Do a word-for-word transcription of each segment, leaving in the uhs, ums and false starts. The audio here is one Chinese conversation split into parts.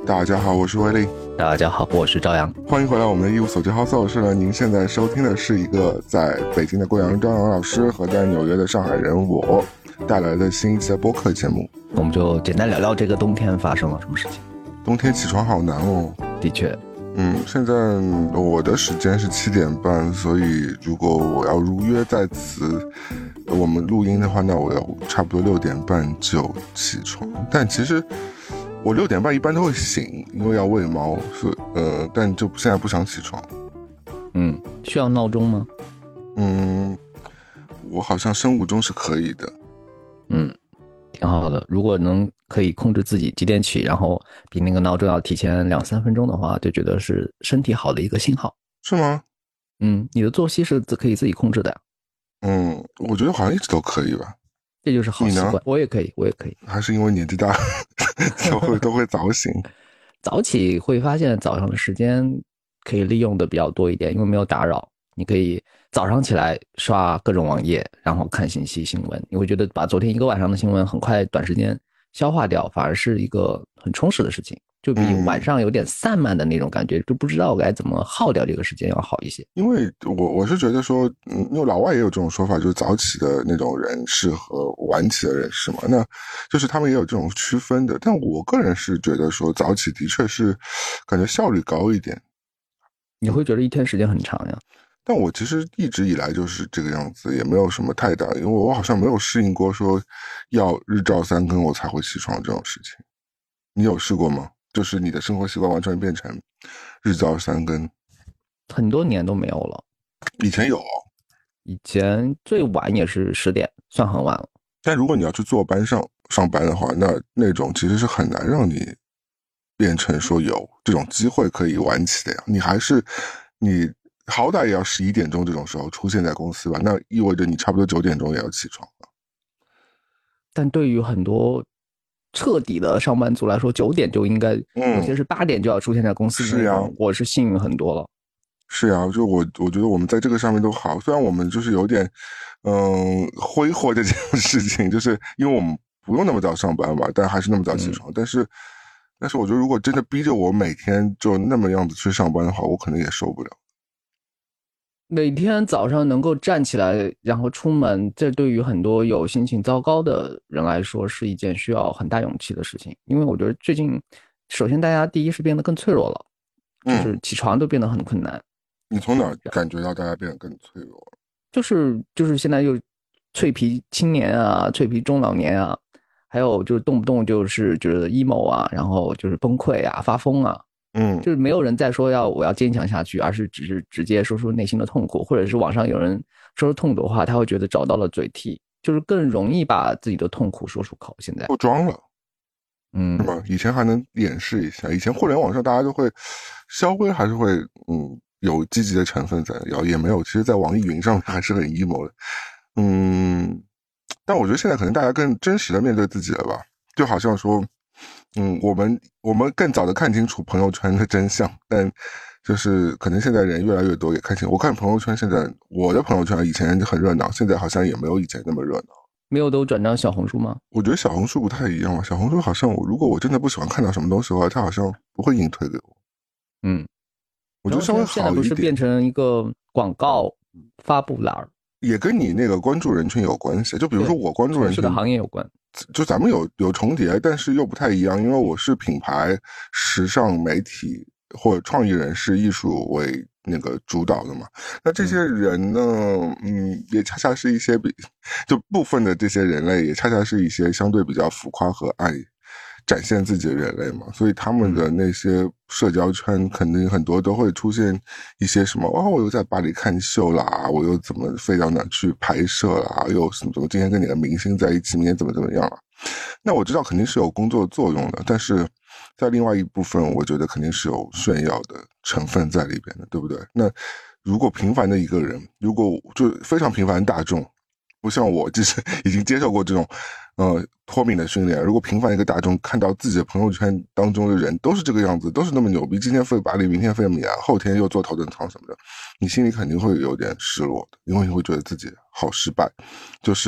大家好，我是威力。 大家好，我是朝阳。 欢迎回来我们的义务所知 House 是呢，您现在收听的是一个在北京的贵阳朝阳老师和在纽约的上海人我带来的新一期的播客节目。 我们就简单聊聊这个冬天发生了什么事情。 冬天起床好难哦。 的确。 嗯，现在我的时间是七点半，所以如果我要如约在此我们录音的话，那我要差不多六点半就起床。但其实我六点半一般都会醒，因为要喂猫，是呃，但就现在不想起床。 嗯，需要闹钟吗？ 嗯，我好像生物钟是可以的。 嗯，挺好的。如果能可以控制自己几点起，然后比那个闹钟要提前两三分钟的话，就觉得是身体好的一个信号。 是吗？ 嗯，你的作息是可以自己控制的呀。 嗯，我觉得好像一直都可以吧。 这就是好习惯。我也可以，我也可以。 还是因为年纪大，都会都会早醒。 早起会发现早上的时间可以利用的比较多一点，因为没有打扰。你可以早上起来刷各种网页，然后看信息新闻，你会觉得把昨天一个晚上的新闻很快短时间消化掉，反而是一个很充实的事情，就比晚上有点散漫的那种感觉，就不知道该怎么耗掉这个时间要好一些。 因为我我是觉得说，嗯，因为老外也有这种说法，就是早起的那种人适合晚起的人士嘛，那就是他们也有这种区分的。但我个人是觉得说，早起的确是感觉效率高一点。 你会觉得一天时间很长呀？ 但我其实一直以来就是这个样子，也没有什么太大，因为我好像没有适应过说要日照三更我才会起床这种事情。你有试过吗？就是你的生活习惯完全变成日照三更？ 很多年都没有了。 以前有哦， 以前最晚也是十点，算很晚了。 但如果你要去坐班上上班的话，那那种其实是很难让你变成说有这种机会可以晚起的呀。你还是你好歹也要十一点钟这种时候出现在公司吧，那意味着你差不多九点钟也要起床了。 但对于很多彻底的上班族来说，九点就应该，嗯，有些是八点就要出现在公司。 是呀， 我是幸运很多了。 是呀，就我我觉得我们在这个上面都好，虽然我们就是有点嗯挥霍这件事情，就是因为我们不用那么早上班嘛，但还是那么早起床。嗯、但是但是我觉得如果真的逼着我每天就那么样子去上班的话，我可能也受不了。 每天早上能够站起来然后出门，这对于很多有心情糟糕的人来说是一件需要很大勇气的事情。因为我觉得最近首先大家第一是变得更脆弱了，就是起床都变得很困难。嗯， 你从哪儿感觉到大家变得更脆弱？ 就是就是现在又脆皮青年啊，脆皮中老年啊，还有就是动不动就是觉得 emo 啊，然后就是崩溃啊，发疯啊。 嗯， 就是没有人在说要我要坚强下去，而是只是直接说出内心的痛苦，或者是网上有人说出痛苦的话，他会觉得找到了嘴替，就是更容易把自己的痛苦说出口。现在不装了， 嗯， 是吗？以前还能掩饰一下，以前互联网上大家都会稍微还是会嗯有积极的成分在，然后也没有。其实，在网易云上面还是很 emo 的，嗯，但我觉得现在可能大家更真实的面对自己了吧，就好像说。嗯，我们我们更早的看清楚朋友圈的真相，但就是可能现在人越来越多也看清。我看朋友圈，现在我的朋友圈以前很热闹，现在好像也没有以前那么热闹。 没有都转到小红书吗？ 我觉得小红书不太一样了。小红书好像我如果我真的不喜欢看到什么东西的话，它好像不会硬推给我。 嗯， 我觉得稍微好一点。 现在不是变成一个广告发布栏， 也跟你那个关注人群有关系。就比如说我关注人群的行业有关。 就咱们有有重叠，但是又不太一样，因为我是品牌、时尚媒体或者创意人士、艺术为那个主导的嘛。那这些人呢，嗯，也恰恰是一些比就部分的这些人类，也恰恰是一些相对比较浮夸和爱展现自己的人类嘛，所以他们的那些社交圈肯定很多都会出现一些什么哦，我又在巴黎看秀啦，我又怎么飞到哪去拍摄啦，又什么怎么今天跟哪个明星在一起，明天怎么怎么样了。那我知道肯定是有工作作用的，但是在另外一部分我觉得肯定是有炫耀的成分在里边的，对不对？那如果平凡的一个人，如果就非常平凡大众，不像我即使已经接受过这种呃脱敏的训练，如果平凡一个大众看到自己的朋友圈当中的人都是这个样子，都是那么牛逼，今天飞巴黎，明天飞米兰，后天又坐头等舱什么的，你心里肯定会有点失落的，因为你会觉得自己好失败。就是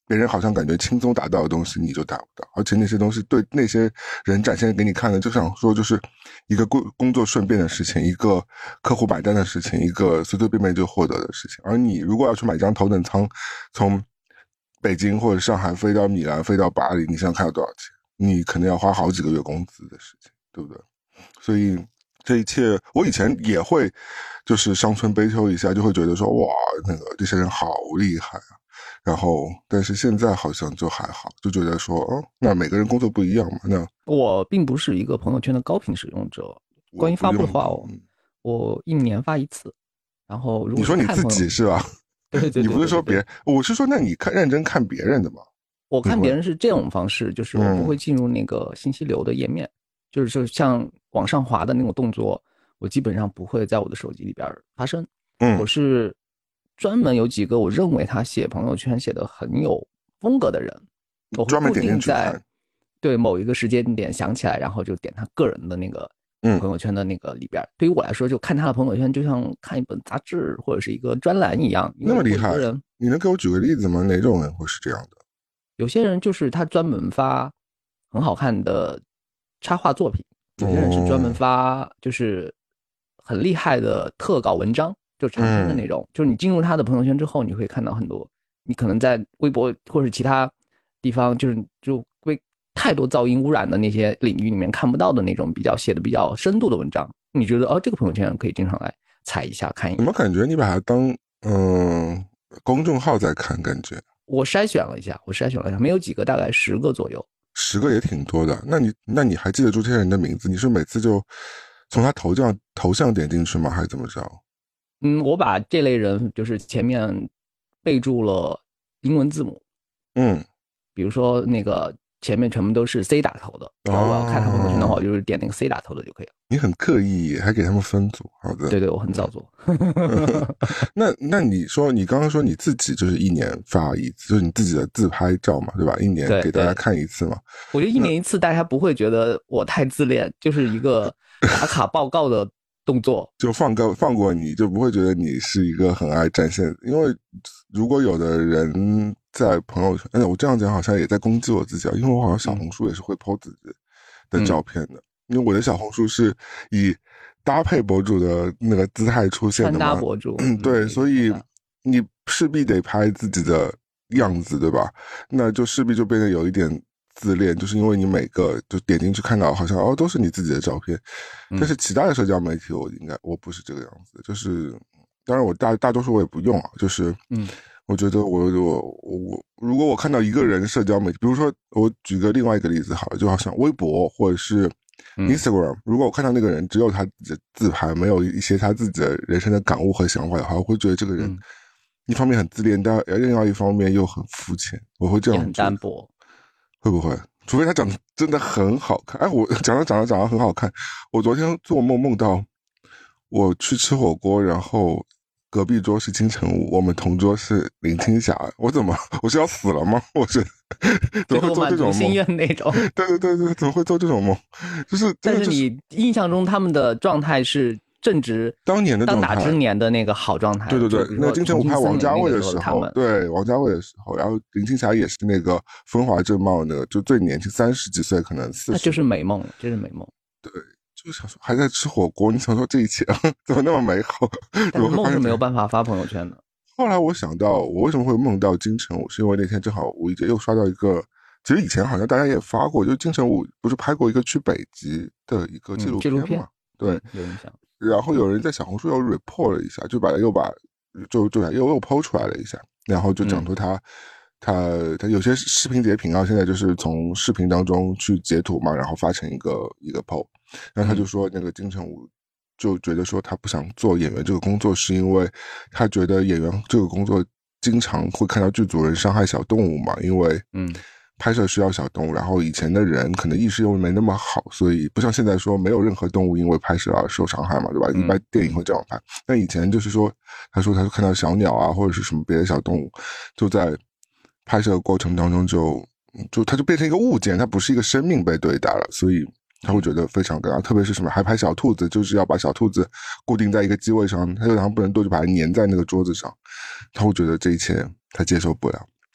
别人好像感觉轻松达到的东西你就达不到，而且那些东西对那些人展现给你看的，就想说就是一个工工作顺便的事情，一个客户买单的事情，一个随随便便就获得的事情。而你如果要去买张头等舱，从北京或者上海飞到米兰，飞到巴黎，你想想看要多少钱？你可能要花好几个月工资的事情，对不对？所以这一切，我以前也会就是伤春悲秋一下，就会觉得说哇，那个这些人好厉害啊。然后，但是现在好像就还好，就觉得说，哦，那每个人工作不一样嘛。那我并不是一个朋友圈的高频使用者，关于发布的话，我我一年发一次。然后如果你说你自己是吧？ 对对对， 你不是说别人，我是说，那你看认真看别人的吗？ 我看别人是这种方式，就是我不会进入那个信息流的页面，嗯、就是就像往上滑的那种动作，我基本上不会在我的手机里边发生。 嗯， 我是专门有几个我认为他写朋友圈写的很有风格的人，我会固定在对某一个时间点想起来，然后就点他个人的那个朋友圈的那个里边。嗯、对于我来说，就看他的朋友圈就像看一本杂志或者是一个专栏一样。 那么厉害？你能给我举个例子吗？哪种人会是这样的？ 有些人就是他专门发很好看的插画作品，有些人是专门发就是很厉害的特稿文章，就长篇的那种。嗯、就是你进入他的朋友圈之后，你会看到很多你可能在微博或者其他地方就是就被太多噪音污染的那些领域里面看不到的那种比较写的比较深度的文章。你觉得哦，这个朋友圈可以经常来踩一下看一下。 怎么感觉你把它当嗯公众号在看？感觉我筛选了一下，我筛选了一下，没有几个，大概十个左右。 十个也挺多的。那你那你还记得住这些人的名字？你是每次就从他头像头像点进去吗？还是怎么着？ 嗯，我把这类人就是前面备注了英文字母。 嗯， 比如说那个前面全部都是 C 打头的，然后我要看他朋友圈的话，我就是点那个 C 打头的就可以了。 你很刻意，还给他们分组。好的， 对对，我很早做。 那那你说，你刚刚说你自己就是一年发一次，就是你自己的自拍照嘛，对吧？一年给大家看一次嘛。 我觉得一年一次，大家不会觉得我太自恋，就是一个打卡报告的动作。 就放过放过你，就不会觉得你是一个很爱展现。因为如果有的人在朋友圈，哎，我这样讲好像也在攻击我自己啊，因为我好像小红书也是会 po 自己的照片的。嗯，因为我的小红书是以搭配博主的那个姿态出现的嘛， 穿搭博主， 嗯，对，所以你势必得拍自己的样子，对吧？那就势必就变得有一点自恋，就是因为你每个就点进去看到好像哦都是你自己的照片，但是其他的社交媒体我应该我不是这个样子，就是当然我大大多数我也不用啊，就是嗯。我觉得我我我如果我看到一个人社交媒体，比如说我举个另外一个例子好了，就好像微博或者是 Instagram，嗯，如果我看到那个人只有他自己的自拍，没有一些他自己的人生的感悟和想法的话，我会觉得这个人一方面很自恋，但另外一方面又很肤浅，我会这样觉得。 也很单薄， 会不会？除非他长得真的很好看。哎，我讲到长得长得很好看，我昨天做梦梦到我去吃火锅，然后隔壁桌是金城武，我们同桌是林青霞，我怎么我是要死了吗？我是怎么会做这种梦？ 心愿那种。 对对对对，怎么会做这种梦？就是， 但是你印象中他们的状态是正值当年的当打之年的那个好状态。 对对对，那金城武拍王家卫的时候，对王家卫的时候，然后林青霞也是那个风华正茂那个，就最年轻三十几岁，可能四十。 那就是美梦，这是美梦。 对。就想说还在吃火锅，你想说这一切怎么那么美好？ 但是梦是没有办法发朋友圈的。 后来我想到，我为什么会梦到金城武，是因为那天正好无意间又刷到一个，其实以前好像大家也发过，就金城武不是拍过一个去北极的一个纪录片嘛？嗯、 片对、 嗯，有印象。 然后有人在小红书又 report 了一下，就把又把就就又又 po 出来了一下，然后就讲说他。嗯他他有些视频截屏啊，现在就是从视频当中去截图嘛，然后发成一个一个 P O， 然后他就说那个金城武就觉得说他不想做演员这个工作，是因为他觉得演员这个工作经常会看到剧组人伤害小动物嘛，因为嗯拍摄需要小动物，然后以前的人可能意识又没那么好，所以不像现在说没有任何动物因为拍摄而受伤害嘛，对吧？一般电影会这样拍，但以前就是说，他说他看到小鸟啊或者是什么别的小动物就在拍摄的过程当中就就它就变成一个物件，它不是一个生命被对待了，所以他会觉得非常尴尬。特别是什么还拍小兔子，就是要把小兔子固定在一个机位上，他又然后不能多就把它粘在那个桌子上，他会觉得这一切他接受不了。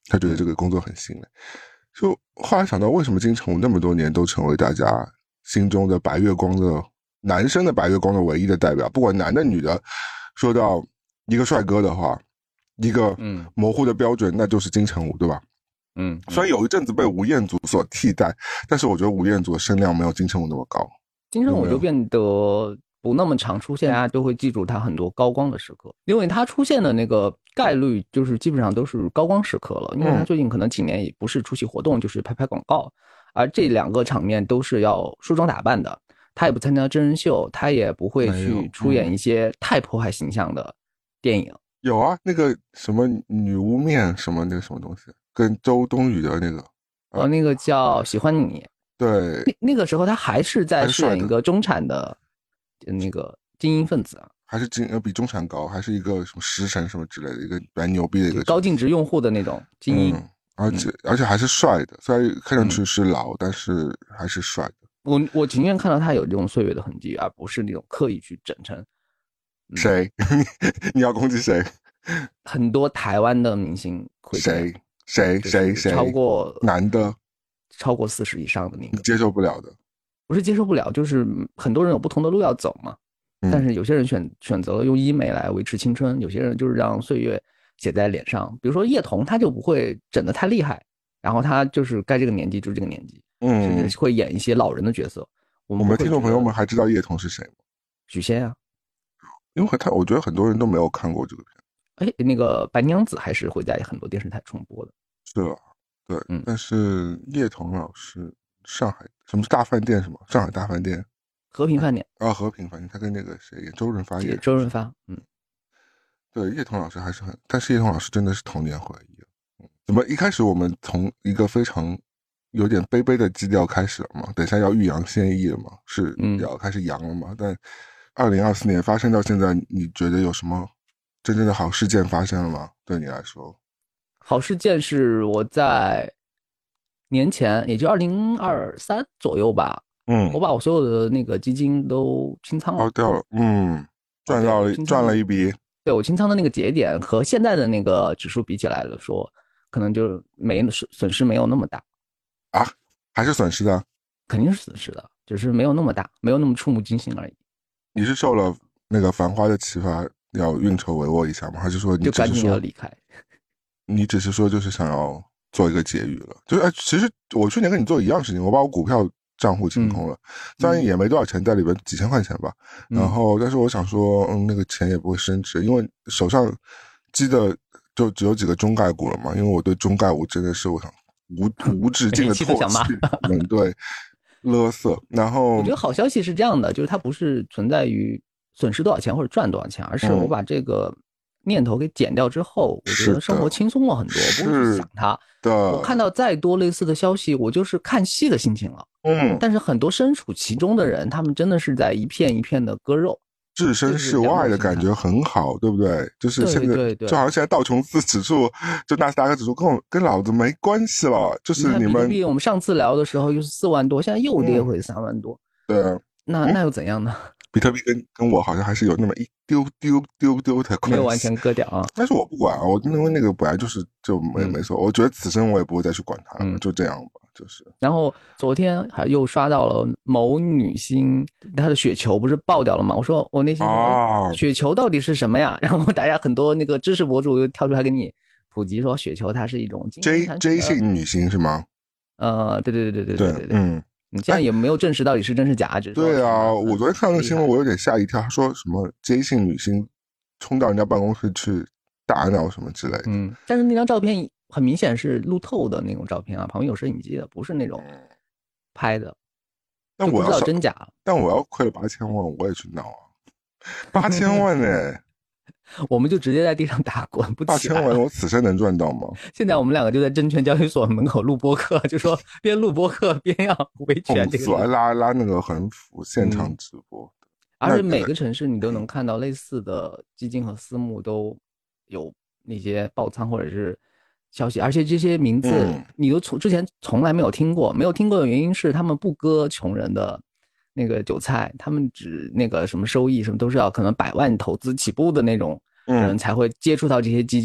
他觉得这个工作很心累。就后来想到，为什么金城武那么多年都成为大家心中的白月光的男生的白月光的唯一的代表，不管男的女的，说到一个帅哥的话，一个模糊的标准，那就是金城武，对吧？ 嗯， 虽然有一阵子被吴彦祖所替代，但是我觉得吴彦祖的声量没有金城武那么高。 金城武就变得不那么常出现，大家就会记住他很多高光的时刻，因为他出现的那个概率就是基本上都是高光时刻了。因为他最近可能几年也不是出席活动，就是拍拍广告，而这两个场面都是要梳妆打扮的。他也不参加真人秀，他也不会去出演一些太破坏形象的电影。 有啊，那个什么女巫面什么那个什么东西，跟周冬雨的那个， 哦，那个叫喜欢你。 对， 那那个时候他还是在饰演一个中产的那个精英分子啊， 还是精比中产高，还是一个什么食神什么之类的一个蛮牛逼的一个高净值用户的那种精英， 嗯、而且、嗯、而且还是帅的，虽然看上去是老，嗯、但是还是帅的。 我我情愿看到他有这种岁月的痕迹，而不是那种刻意去整成。 嗯、谁？你要攻击谁？ 很多台湾的明星会谁谁谁谁超过男的， 超过四十以上的那个你接受不了的， 不是接受不了，就是很多人有不同的路要走嘛。嗯、但是有些人选选择了用医美来维持青春，有些人就是让岁月写在脸上。比如说叶童，他就不会整得太厉害，然后他就是该这个年纪就是这个年纪，嗯，甚至会演一些老人的角色。我们我们听众朋友们还知道叶童是谁吗？ 许仙啊， 因为他我觉得很多人都没有看过这个片。 哎，那个白娘子还是会在很多电视台重播的。 是啊，对，嗯，但是叶童老师，上海什么是大饭店什么？上海大饭店， 和平饭店啊，和平饭店，他跟那个谁演周润发演， 周润发，嗯， 对，叶童老师还是很，但是叶童老师真的是童年回忆。嗯，怎么一开始我们从一个非常有点卑卑的基调开始了嘛？等一下要欲扬先抑了嘛？是要开始扬了嘛？嗯、但二零二四年发生到现在，你觉得有什么真正的好事件发生了吗？对你来说， 好事件是我在年前，也就二零二三左右吧，嗯，我把我所有的那个基金都清仓了， 抛掉了，嗯，赚到了，赚了一笔。 对，我清仓的那个节点和现在的那个指数比起来了说，可能就没损失没有那么大啊，还是损失的， 肯定是损失的，只是没有那么大，没有那么触目惊心而已。 你是受了那个繁花的启发？要运筹帷幄一下吗？还是说你只是说要离开？ 你只是说就是想要做一个结余了？就是哎，其实我去年跟你做一样事情，我把我股票账户清空了，嗯、虽然也没多少钱，在里边几千块钱吧。嗯、然后，但是我想说，嗯，那个钱也不会升值，因为手上积的就只有几个中概股了嘛。因为我对中概股真的是我想无无止境的唾弃，嗯，对，勒索。然后， 我觉得好消息是这样的，就是它不是存在于损失多少钱或者赚多少钱，而是我把这个念头给减掉之后，嗯、我觉得生活轻松了很多，不是想它。我看到再多类似的消息，我就是看戏的心情了。嗯，但是很多身处其中的人，他们真的是在一片一片的割肉， 置身事外的感觉很好，对不对？就是现在， 对对对， 就好像现在道琼斯指数，就纳斯达克指数跟我跟老子没关系了，就是你们。 比特币我们上次聊的时候又是四万多，现在又跌回三万多。 嗯、对啊， 那那又怎样呢？ 比特币跟跟我好像还是有那么一丢丢丢丢的关系， 没有完全割掉啊。 但是我不管啊，我因为那个本来就是就没、嗯、没错，我觉得此生我也不会再去管它了，嗯、就这样吧，就是。 然后昨天还又刷到了某女星，她的雪球不是爆掉了吗？我说我那些、啊、雪球到底是什么呀？然后大家很多那个知识博主又跳出来给你普及说，雪球它是一种 J J 姓女星是吗？ 呃，对对对对对对对， 嗯。 你现在也没有证实到底是真是假，只是对啊，我昨天看到那个新闻，我有点吓一跳。他说什么 J 姓女星冲到人家办公室去打闹什么之类的。 嗯，但是那张照片很明显是路透的那种照片啊，旁边有摄影机的，不是那种拍的。 但我要不知道真假。 但我要亏了八千万，我也去闹啊！八千万呢、欸？ 我们就直接在地上打滚不起来。 八千万，我此生能赚到吗？ 现在我们两个就在证券交易所门口录播客，就说边录播客边要维权这个。 拉拉那个横幅现场直播、嗯， 而且每个城市你都能看到类似的基金和私募都有那些爆仓或者是消息，而且这些名字你都从之前从来没有听过，没有听过的原因是他们不割穷人的那个韭菜，他们只那个什么收益什么都是要可能百万投资起步的那种人才会接触到这些基金，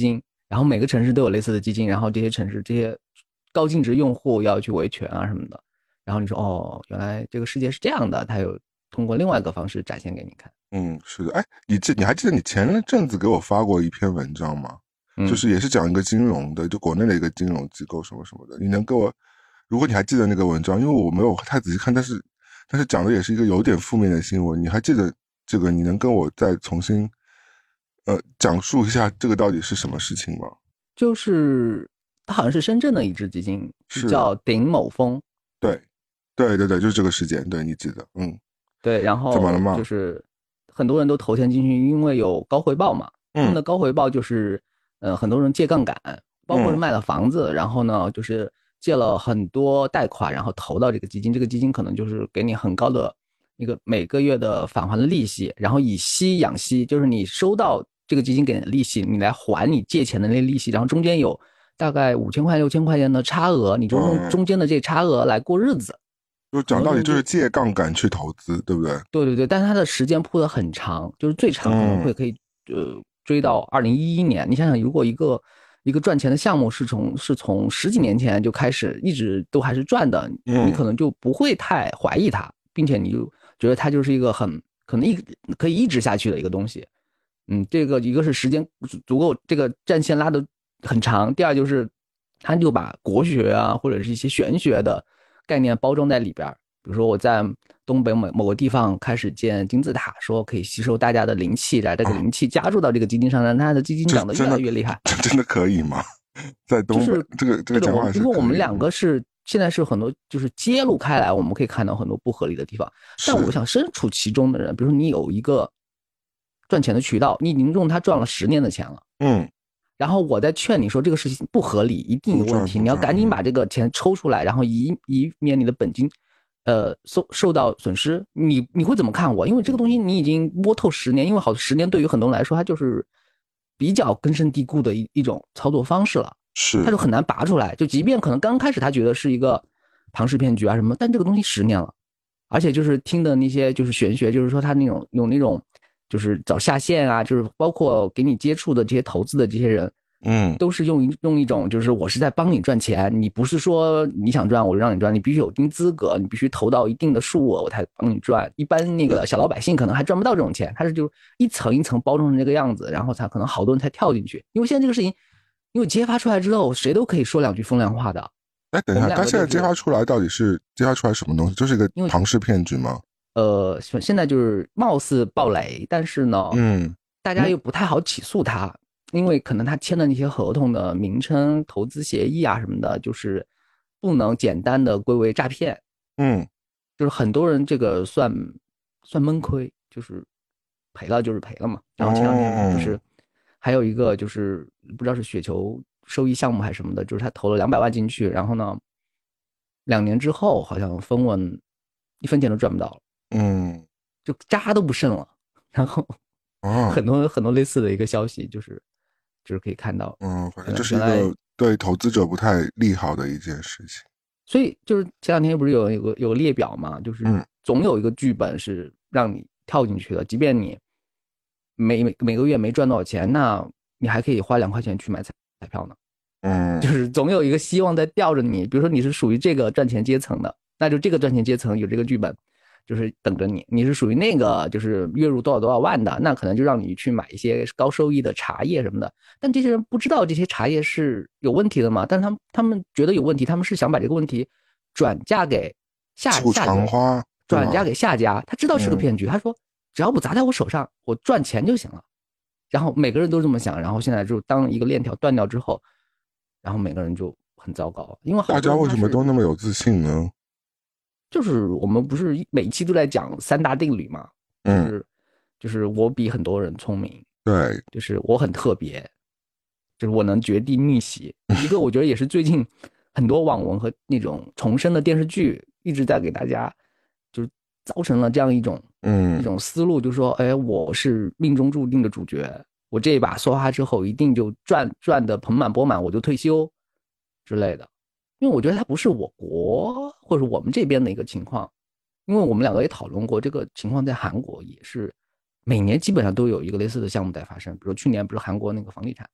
然后每个城市都有类似的基金，然后这些城市这些高净值用户要去维权啊什么的，然后你说哦，原来这个世界是这样的，它有通过另外一个方式展现给你看。 嗯，是的。哎，你这你还记得你前阵子给我发过一篇文章吗？ 嗯， 就是也是讲一个金融的，就国内的一个金融机构什么什么的。你能给我，如果你还记得那个文章，因为我没有太仔细看，但是但是讲的也是一个有点负面的新闻，你还记得这个？你能跟我再重新呃讲述一下这个到底是什么事情吗？ 就是它好像是深圳的一支基金，是是叫顶某峰。 对，对对对，就是这个事件，对你记得，嗯， 对，然后怎么了嘛？ 就是很多人都投钱进去，因为有高回报嘛。他们的高回报就是，呃，很多人借杠杆，包括是卖了房子，嗯、然后呢，就是借了很多贷款，然后投到这个基金，这个基金可能就是给你很高的一个每个月的返还的利息，然后以息养息，就是你收到这个基金给你的利息，你来还你借钱的那个利息，然后中间有大概五千块、六千块钱的差额，你就用中间的这差额来过日子。 就讲道理就是借杠杆去投资，对不对？ 对对对，但是它的时间铺得很长，就是最长可能会可以、嗯、呃追到二零一一年。你想想，如果一个一个赚钱的项目是从是从十几年前就开始，一直都还是赚的， 嗯、 你可能就不会太怀疑它，并且你就觉得它就是一个很可能一可以一直下去的一个东西。嗯，这个一个是时间足够，这个战线拉得很长；第二就是他就把国学啊或者是一些玄学的概念包装在里边。比如说我在东北某某个地方开始建金字塔，说可以吸收大家的灵气，把这个灵气加入到这个基金上，让它的基金长得越来越厉害。 这真的可以吗？在东北， 就是这个这个讲法是可以的。 因为我们两个是现在是很多就是揭露开来，我们可以看到很多不合理的地方。但我想身处其中的人，比如说你有一个赚钱的渠道，你已经用它赚了十年的钱了， 嗯。 然后我在劝你说这个事情不合理，一定有问题，你要赶紧把这个钱抽出来，然后以以免你的本金，呃，受受到损失。你你会怎么看我？因为这个东西你已经摸透十年，因为好十年对于很多人来说，它就是比较根深蒂固的一一种操作方式了， 是， 他就很难拔出来。就即便可能刚开始他觉得是一个庞氏骗局啊什么，但这个东西十年了，而且就是听的那些就是玄学，就是说他那种有那种。就是找下线啊，就是包括给你接触的这些投资的这些人， 嗯， 都是用用一种就是我是在帮你赚钱，你不是说你想赚我就让你赚，你必须有一定资格，你必须投到一定的数额我才帮你赚。一般那个小老百姓可能还赚不到这种钱，他是就一层一层包装成这个样子，然后才可能好多人才跳进去。因为现在这个事情，因为揭发出来之后，谁都可以说两句风凉话的。 哎，等一下，他现在揭发出来到底是揭发出来什么东西？就是一个庞氏骗局吗？ 呃，现在就是貌似暴雷，但是呢， 嗯， 大家又不太好起诉他，因为可能他签的那些合同的名称、投资协议啊什么的，就是不能简单的归为诈骗。 嗯， 就是很多人这个算算闷亏，就是赔了就是赔了嘛。然后前两天不是、哦、还有一个就是不知道是雪球收益项目还是什么的，就是他投了两百万进去，然后呢，两年之后好像分文一分钱都赚不到了。 嗯， 就渣都不剩了，然后啊， 很多很多类似的一个消息，就是就是可以看到， 嗯，反正这是一个对投资者不太利好的一件事情。 所以就是前两天不是有有个有列表嘛，就是总有一个剧本是让你跳进去的，即便你每每每个月没赚多少钱，那你还可以花两块钱去买彩彩票呢。 嗯， 就是总有一个希望在吊着你，比如说你是属于这个赚钱阶层的，那就这个赚钱阶层有这个剧本。就是等着你，你是属于那个就是月入多少多少万的，那可能就让你去买一些高收益的茶叶什么的。但这些人不知道这些茶叶是有问题的嘛？但他们他们觉得有问题，他们是想把这个问题转嫁给下下家，转嫁给下家。他知道是个骗局，嗯、他说只要不砸在我手上，我赚钱就行了。然后每个人都这么想，然后现在就当一个链条断掉之后，然后每个人就很糟糕。因为大家为什么都那么有自信呢？ 就是我们不是每一期都在讲三大定律嘛，就是、嗯、就是我比很多人聪明， 对， 就是我很特别，就是我能绝地逆袭。一个我觉得也是最近很多网文和那种重生的电视剧一直在给大家就是造成了这样一种嗯一种思路，就是说，哎，我是命中注定的主角，我这一把梭哈之后一定就赚赚的盆满钵满，我就退休之类的。因为我觉得它不是我国或者我们这边的一个情况，因为我们两个也讨论过这个情况，在韩国也是每年基本上都有一个类似的项目在发生。比如去年不是韩国那个房地产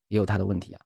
也有它的问题啊，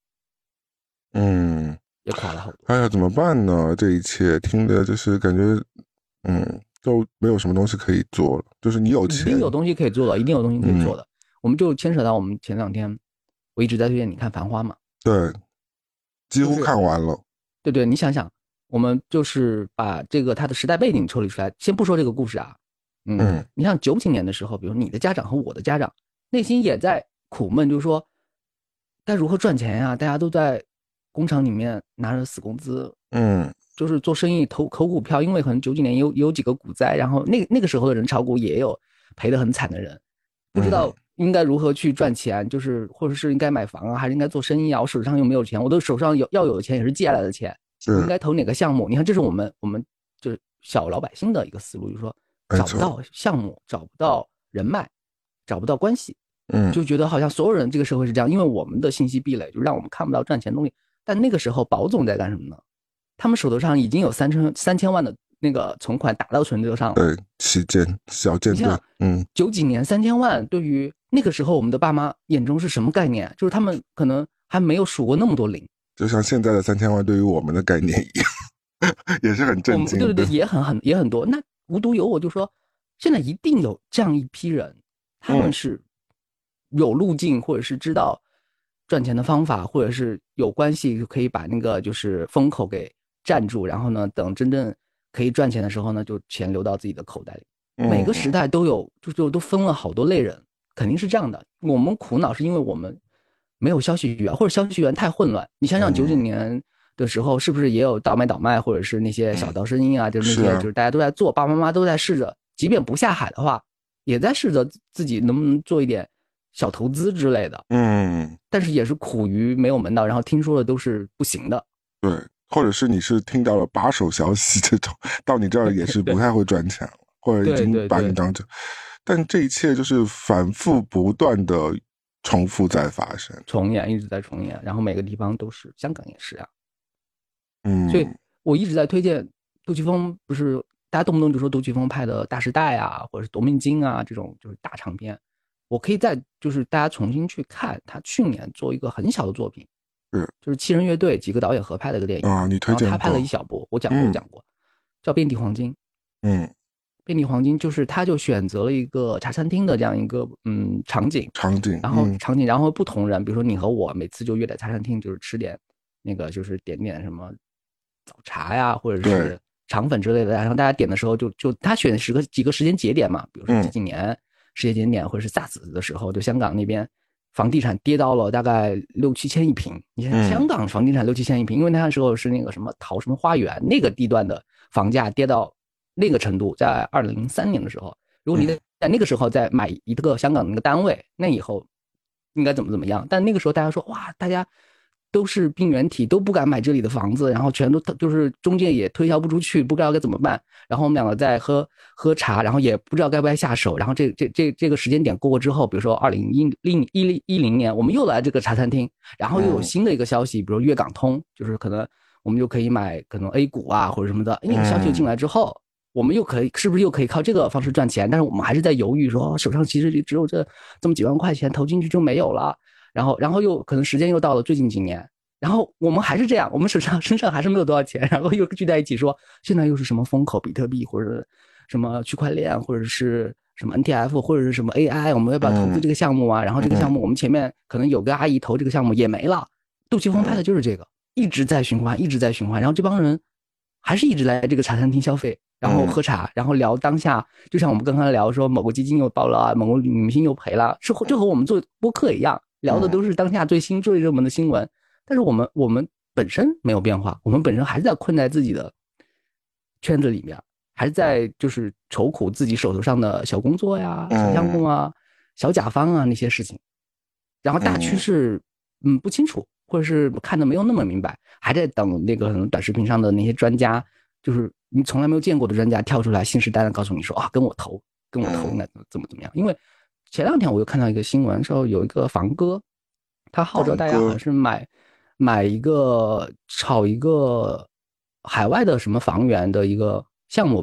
嗯， 也垮了好多。 哎呀，怎么办呢？这一切听的就是感觉，嗯，都没有什么东西可以做了。就是你有钱， 一定有东西可以做的，一定有东西可以做的。 嗯、 我们就牵扯到我们前两天，我一直在推荐你看《繁花》嘛， 对，几乎就是看完了。 对对，你想想，我们就是把这个它的时代背景抽离出来，先不说这个故事啊，嗯， 嗯你像九几年的时候，比如你的家长和我的家长，内心也在苦闷，就是说该如何赚钱呀、大家都在工厂里面拿着死工资， 嗯就是做生意投投股票，因为可能九几年有有几个股灾，然后那那个时候的人炒股也有赔得很惨的人，不知道嗯应该如何去赚钱，就是或者是应该买房啊，还是应该做生意啊？我手上又没有钱，我的手上有要有的钱也是借来的钱，我应是该投哪个项目？你看，这是我们我们就是小老百姓的一个思路，就是说没错。 找不到项目，找不到人脉，找不到关系， 嗯就觉得好像所有人这个社会是这样，因为我们的信息壁垒就让我们看不到赚钱的东西。但那个时候，保总在干什么呢？他们手头上已经有三千三千万的那个存款打到存折上了。 对，旗舰小舰队。嗯， 九几年三千万，对于那个时候我们的爸妈眼中是什么概念？就是他们可能还没有数过那么多零， 就像现在的三千万对于我们的概念一样，也是很震惊。 对对对，也很很也很多。那无独有我就说，现在一定有这样一批人，他们是有路径，或者是知道赚钱的方法，或者是有关系可以把那个就是风口给占住，然后呢，等真正可以赚钱的时候呢，就钱流到自己的口袋里。每个时代都有，就就都分了好多类人，肯定是这样的。我们苦恼是因为我们没有消息源，或者消息源太混乱。你想想九几年的时候，是不是也有倒卖倒卖，或者是那些小道声音啊，就是那些就是大家都在做，爸爸妈妈都在试着，即便不下海的话，也在试着自己能不能做一点小投资之类的。 嗯， 但是也是苦于没有门道，然后听说的都是不行的。 对，或者是你是听到了把手消息这种，到你这儿也是不太会赚钱了。或者已经把你当成，但这一切就是反复不断的重复在发生， 重演一直在重演，然后每个地方都是，香港也是啊， 嗯， 所以我一直在推荐杜琪峰，不是大家动不动就说杜琪峰拍的《大时代》啊，或者是《夺命金》啊这种就是大长篇，我可以再就是大家重新去看他去年做一个很小的作品， 是就是七人乐队几个导演合拍的一个电影啊，你推荐他拍了一小部，我讲过，我讲过，叫《遍地黄金》， 嗯。 遍地黄金就是他就选择了一个茶餐厅的这样一个嗯场景场景， 然后场景，然后不同人，比如说你和我每次就约在茶餐厅，就是吃点那个就是点点什么早茶呀，或者是肠粉之类的，然后大家点的时候就就他选十个几个时间节点嘛，比如说几几年时间节点，或者是 SARS 的时候，就香港那边房地产跌到了大概六七千一平，你看香港房地产六七千一平，因为那时候是那个什么淘什么花园那个地段的房价跌到那个程度，在二零零三年的时候，如果你在那个时候再买一个香港的那个单位，那以后应该怎么怎么样？但那个时候大家说，哇，大家都是病原体，都不敢买这里的房子，然后全都就是中介也推销不出去，不知道该怎么办。然后我们两个在喝喝茶，然后也不知道该不该下手。然后这这这这个时间点过过之后，比如说二零一零一一零年，我们又来这个茶餐厅，然后又有新的一个消息，比如粤港通，就是可能我们就可以买可能 A 股啊或者什么的。那个消息进来之后。我们又可以是不是又可以靠这个方式赚钱？但是我们还是在犹豫说，手上其实只有这这么几万块钱投进去就没有了。然后，然后又可能时间又到了最近几年，然后我们还是这样，我们手上身上还是没有多少钱，然后又聚在一起说，现在又是什么风口，比特币或者什么区块链，或者是什么 N T F 或者是什么 A I， 我们要不要投资这个项目啊？然后这个项目我们前面可能有个阿姨投这个项目也没了。杜琪峰拍的就是这个，一直在循环，一直在循环，然后这帮人还是一直来这个茶餐厅消费。然后喝茶，然后聊当下，就像我们刚刚聊说某个基金又爆了啊，某个女明星又赔了，是这和我们做播客一样，聊的都是当下最新最热门的新闻。但是我们我们本身没有变化，我们本身还是在困在自己的圈子里面，还是在就是愁苦自己手头上的小工作呀、小项目啊、小甲方啊那些事情。然后大趋势嗯不清楚，或者是看得没有那么明白，还在等那个可能短视频上的那些专家，就是你从来没有见过的专家跳出来信誓旦旦告诉你说啊，跟我投，跟我投应该怎么怎么样？因为前两天我又看到一个新闻，说有一个房哥，他号召大家好像是买买一个炒一个海外的什么房源的一个项目吧，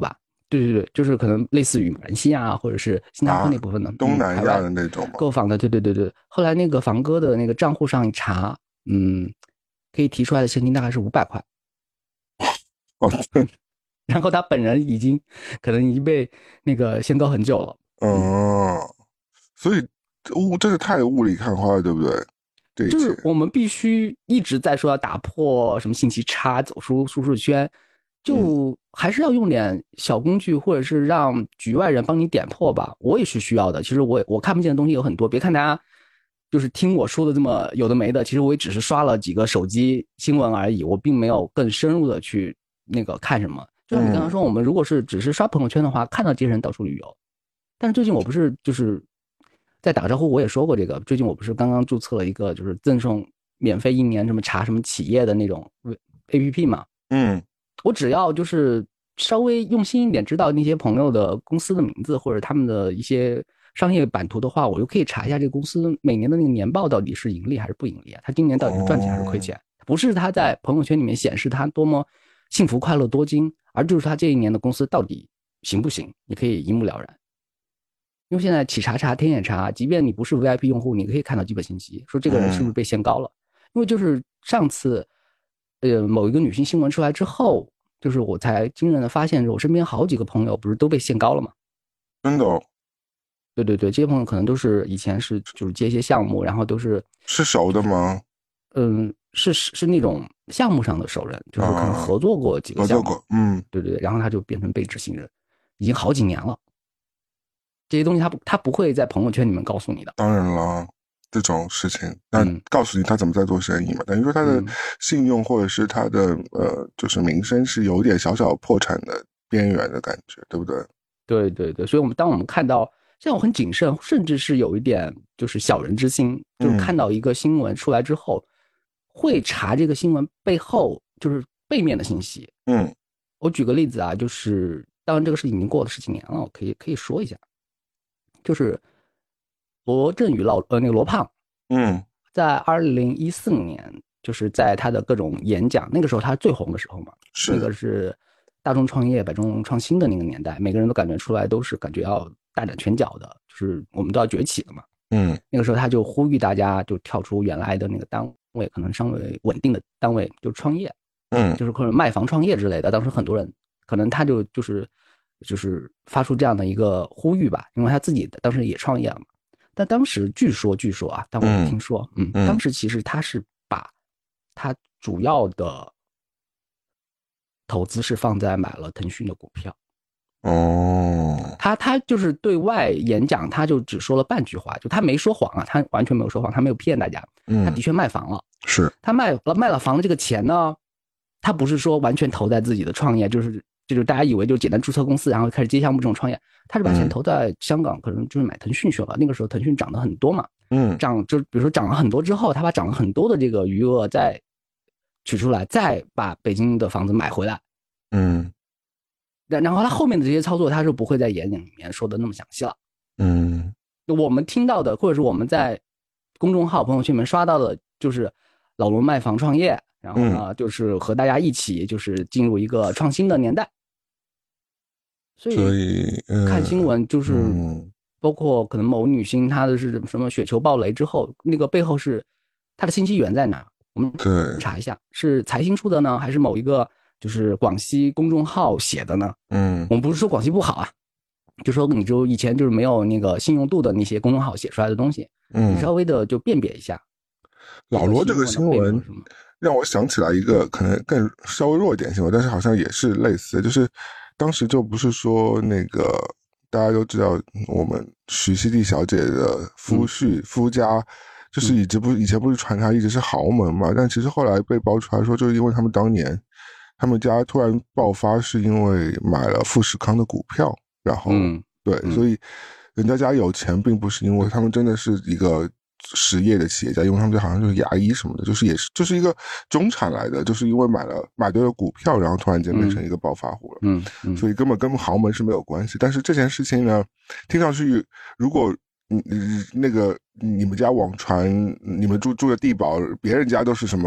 对对对，就是可能类似于马来西亚或者是新加坡那部分的、 啊、东南亚的那种吗？ 购房的，对对对对。后来那个房哥的那个账户上一查，嗯，可以提出来的现金大概是五百块。 哦， 然后他本人已经可能已经被那个限购很久了。 嗯，所以物真的太雾里看花了，对不对？ 就是我们必须一直在说要打破什么信息差，走出舒适圈，就还是要用点小工具，或者是让局外人帮你点破吧。我也是需要的。其实我我看不见的东西有很多，别看大家就是听我说的这么有的没的，其实我也只是刷了几个手机新闻而已，我并没有更深入的去那个看什么。就像你刚刚说，我们如果是只是刷朋友圈的话，看到这些人到处旅游，但是最近我不是就是在打个招呼，我也说过这个。最近我不是刚刚注册了一个，就是赠送免费一年什么查什么企业的那种 A P P 嘛。 嗯， 我只要就是稍微用心一点，知道那些朋友的公司的名字或者他们的一些商业版图的话，我就可以查一下这个公司每年的那个年报到底是盈利还是不盈利啊？他今年到底是赚钱还是亏钱？哦、不是他在朋友圈里面显示他多么幸福快乐多金，而就是他这一年的公司到底行不行，你可以一目了然。因为现在企查查、天眼查，即便你不是 V I P 用户，你可以看到基本信息，说这个人是不是被限高了。嗯、因为就是上次，呃，某一个女性新闻出来之后，就是我才惊人的发现，我身边好几个朋友不是都被限高了吗？ 真的、哦？ 对对对，这些朋友可能都是以前是就是接一些项目，然后都是是熟的吗？ 嗯，是是那种项目上的熟人，就是可能合作过几个项目， 啊、合作过，嗯， 对对对，然后他就变成被执行人，已经好几年了。这些东西他不他不会在朋友圈里面告诉你的。 当然了，这种事情，那告诉你他怎么在做生意嘛？嗯、等于说他的信用或者是他的呃，就是名声是有点小小破产的边缘的感觉，对不对？ 对对对，所以我们当我们看到，现在我很谨慎，甚至是有一点就是小人之心，就是看到一个新闻出来之后，嗯、会查这个新闻背后就是背面的信息。 嗯， 我举个例子啊，就是当然这个事情已经过了十几年了，我可以可以说一下。就是罗振宇老呃那个罗胖， 嗯， 在二零一四年，就是在他的各种演讲，那个时候他最红的时候嘛， 是那个是大众创业、百众创新的那个年代，每个人都感觉出来都是感觉要大展拳脚的，就是我们都要崛起了嘛。 嗯， 那个时候他就呼吁大家就跳出原来的那个单位，可能稍微稳定的单位就创业， 嗯， 就是可能卖房创业之类的。当时很多人可能他就就是。就是发出这样的一个呼吁吧，因为他自己当时也创业了嘛。但当时据说，据说啊，但我没听说，嗯，嗯当时其实他是把他主要的投资是放在买了腾讯的股票。 哦， 他他就是对外演讲，他就只说了半句话，就他没说谎啊，他完全没有说谎，他没有骗大家， 嗯， 他的确卖房了， 是他卖了卖了房的这个钱呢，他不是说完全投在自己的创业，就是。就是大家以为就简单注册公司，然后开始接项目这种创业，他是把钱投在香港，嗯、可能就是买腾讯去了。那个时候腾讯涨得很多嘛， 嗯， 涨就比如说涨了很多之后，他把涨了很多的这个余额再取出来，再把北京的房子买回来， 嗯， 然后他后面的这些操作，他是不会在演讲里面说的那么详细了， 嗯， 我们听到的或者是我们在公众号、朋友圈里面刷到的，就是老罗卖房创业，然后呢，嗯、就是和大家一起就是进入一个创新的年代。所以看新闻就是，包括可能某女星她的是什么雪球爆雷之后，那个背后是她的信息源在哪？我们查一下，是财新出的呢，还是某一个就是广西公众号写的呢？ 嗯， 我们不是说广西不好啊，就说你就以前就是没有那个信用度的那些公众号写出来的东西，嗯，你稍微的就辨别一下。 老罗这个新闻让我想起来一个可能更稍微弱一点新闻，但是好像也是类似，就是。当时就不是说那个大家都知道我们徐熙娣小姐的夫婿、嗯、夫家，就是一直不以前不是传他一直是豪门嘛，但其实后来被爆出来说，就是因为他们当年他们家突然爆发，是因为买了富士康的股票，然后、嗯、对、嗯，所以人家家有钱，并不是因为他们真的是一个。实业的企业家，因为他们家好像就是牙医什么的，就是也是就是一个中产来的，就是因为买了买对了股票，然后突然间变成一个暴发户了， 嗯，嗯所以根本跟豪门是没有关系。但是这件事情呢，听上去如果嗯那个你们家网传你们住住的地堡，别人家都是什么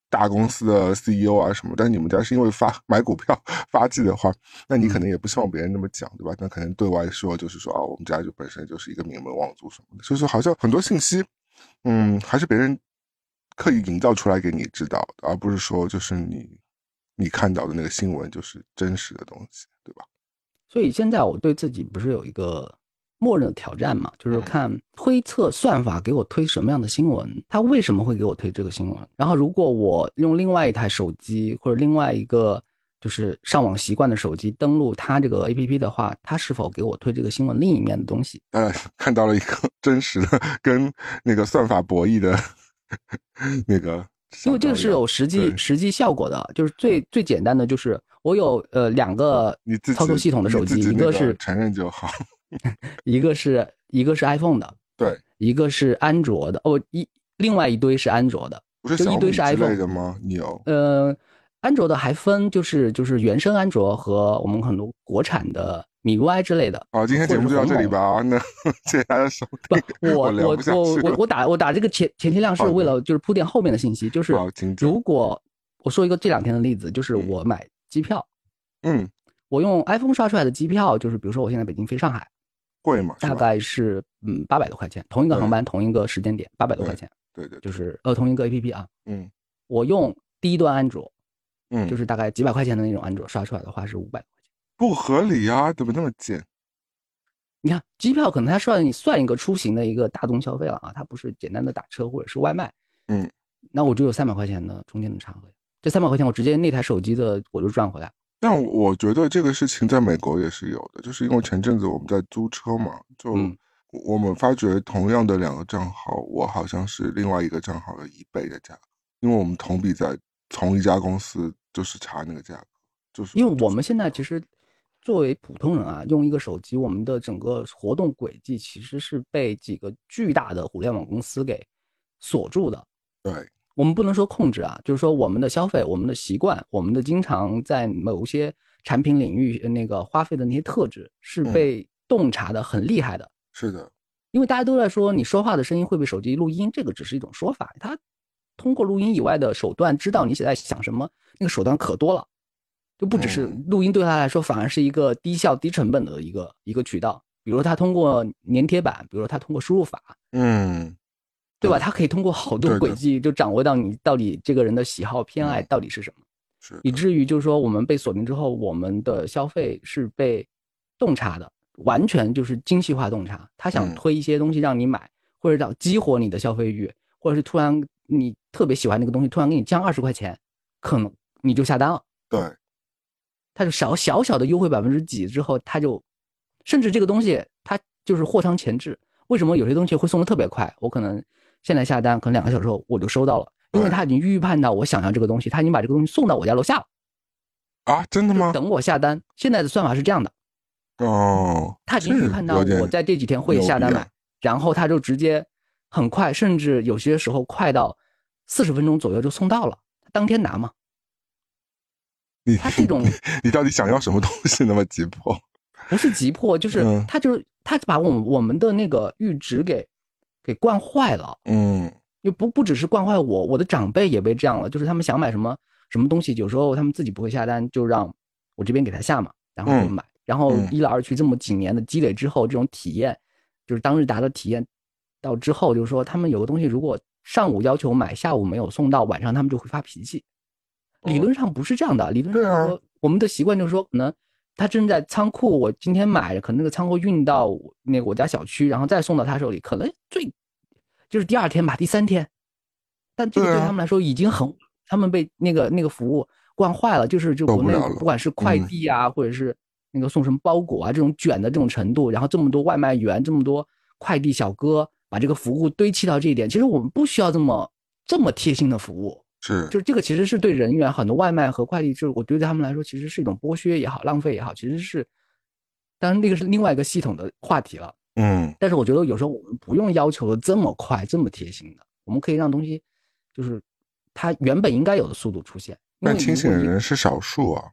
大公司的 C E O 啊什么，但你们家是因为发买股票发迹的话，那你可能也不希望别人那么讲，对吧？那可能对外说就是说啊，我们家就本身就是一个名门望族什么的，所以说好像很多信息，嗯，还是别人刻意营造出来给你知道的，而不是说就是你你看到的那个新闻就是真实的东西，对吧？ 所以现在我对自己不是有一个默认的挑战嘛，就是看推测算法给我推什么样的新闻，它为什么会给我推这个新闻。然后如果我用另外一台手机或者另外一个就是上网习惯的手机登录它这个 A P P 的话，它是否给我推这个新闻另一面的东西。 呃，看到了一个真实的跟那个算法博弈的那个， 因为这个是有实际实际效果的，就是最最简单的就是我有呃两个操作系统的手机，一个是承认就好， 一个是一个是 iPhone 的， 对， 一个是安卓的，哦一另外一堆是安卓的， 不是就一堆是 iPhone 的吗？你有？ 呃，安卓的还分就是就是原生安卓和我们很多国产的米 U I 之类的。 好，今天节目就到这里吧。那谢谢大家收听。 不，我我我我我打我打这个前前提量是为了就是铺垫后面的信息，就是如果我说一个这两天的例子，就是我买机票， 嗯， 我用 iPhone 刷出来的机票，就是比如说我现在北京飞上海， 贵吗？ 大概是嗯八百多块钱，同一个航班同一个时间点八百多块钱， 对 对, 对， 就是呃同一个 A P P 啊， 嗯， 我用低端安卓， 嗯， 就是大概几百块钱的那种安卓刷出来的话是五百块钱。 不合理啊，怎么那么贱？ 你看机票可能它算你算一个出行的一个大宗消费了啊，它不是简单的打车或者是外卖。 嗯， 那我就有三百块钱的中间的差额，这三百块钱我直接那台手机的我就赚回来。 但我觉得这个事情在美国也是有的，就是因为前阵子我们在租车嘛，就我们发觉同样的两个账号，我好像是另外一个账号的一倍的价格，因为我们同比在同一家公司就是查那个价格。就是因为我们现在其实作为普通人啊，用一个手机，我们的整个活动轨迹其实是被几个巨大的互联网公司给锁住的。 对， 我们不能说控制啊，就是说我们的消费、我们的习惯、我们的经常在某些产品领域那个花费的那些特质是被洞察的很厉害的。 嗯、是的， 因为大家都在说你说话的声音会被手机录音，这个只是一种说法，它通过录音以外的手段知道你现在想什么，那个手段可多了。就不只是录音，对他来说反而是一个低效低成本的一个一个渠道。比如他通过粘贴板，比如他通过输入法， 嗯， 对吧？他可以通过好多轨迹就掌握到你到底这个人的喜好偏爱到底是什么， 是以至于就是说我们被锁定之后，我们的消费是被洞察的，完全就是精细化洞察。他想推一些东西让你买，或者让激活你的消费欲，或者是突然你特别喜欢那个东西，突然给你降二十块钱，可能你就下单了。 对。 它就小小小的优惠百分之几之后，它就甚至这个东西它就是货仓前置。为什么有些东西会送的特别快？我可能现在下单，可能两个小时后我就收到了，因为他已经预判到我想要这个东西，他已经把这个东西送到我家楼下了。 啊，真的吗？ 等我下单，现在的算法是这样的。 哦， 他已经预判到我在这几天会下单买，然后他就直接很快，甚至有些时候快到四十分钟左右就送到了，当天拿嘛。 你他这种， 你到底想要什么东西那么急迫？ 不是急迫，就是他就是他把我们我们的那个阈值给给惯坏了。 嗯， 又不不只是惯坏我，我的长辈也被这样了，就是他们想买什么什么东西，有时候他们自己不会下单，就让我这边给他下嘛，然后就买，嗯、然后一来二去这么几年的积累之后，这种体验就是当日达的体验到之后，就是说他们有个东西如果上午要求买，下午没有送到，晚上他们就会发脾气。理论上不是这样的，理论上就是说我们的习惯就是说，可能他正在仓库，我今天买，可能那个仓库运到那个我家小区，然后再送到他手里，可能最就是第二天吧，第三天，但这个对他们来说已经很，他们被那个那个服务惯坏了，就是就国内不管是快递啊，嗯、或者是那个送什么包裹啊，这种卷的这种程度，然后这么多外卖员，这么多快递小哥，把这个服务堆砌到这一点，其实我们不需要这么这么贴心的服务。 是， 就是这个其实是对人员很多外卖和快递，就是我觉得对他们来说其实是一种剥削也好，浪费也好，其实是，当然那个是另外一个系统的话题了。 嗯， 但是我觉得有时候我们不用要求的这么快这么贴心的，我们可以让东西就是它原本应该有的速度出现。 但清醒的人是少数啊。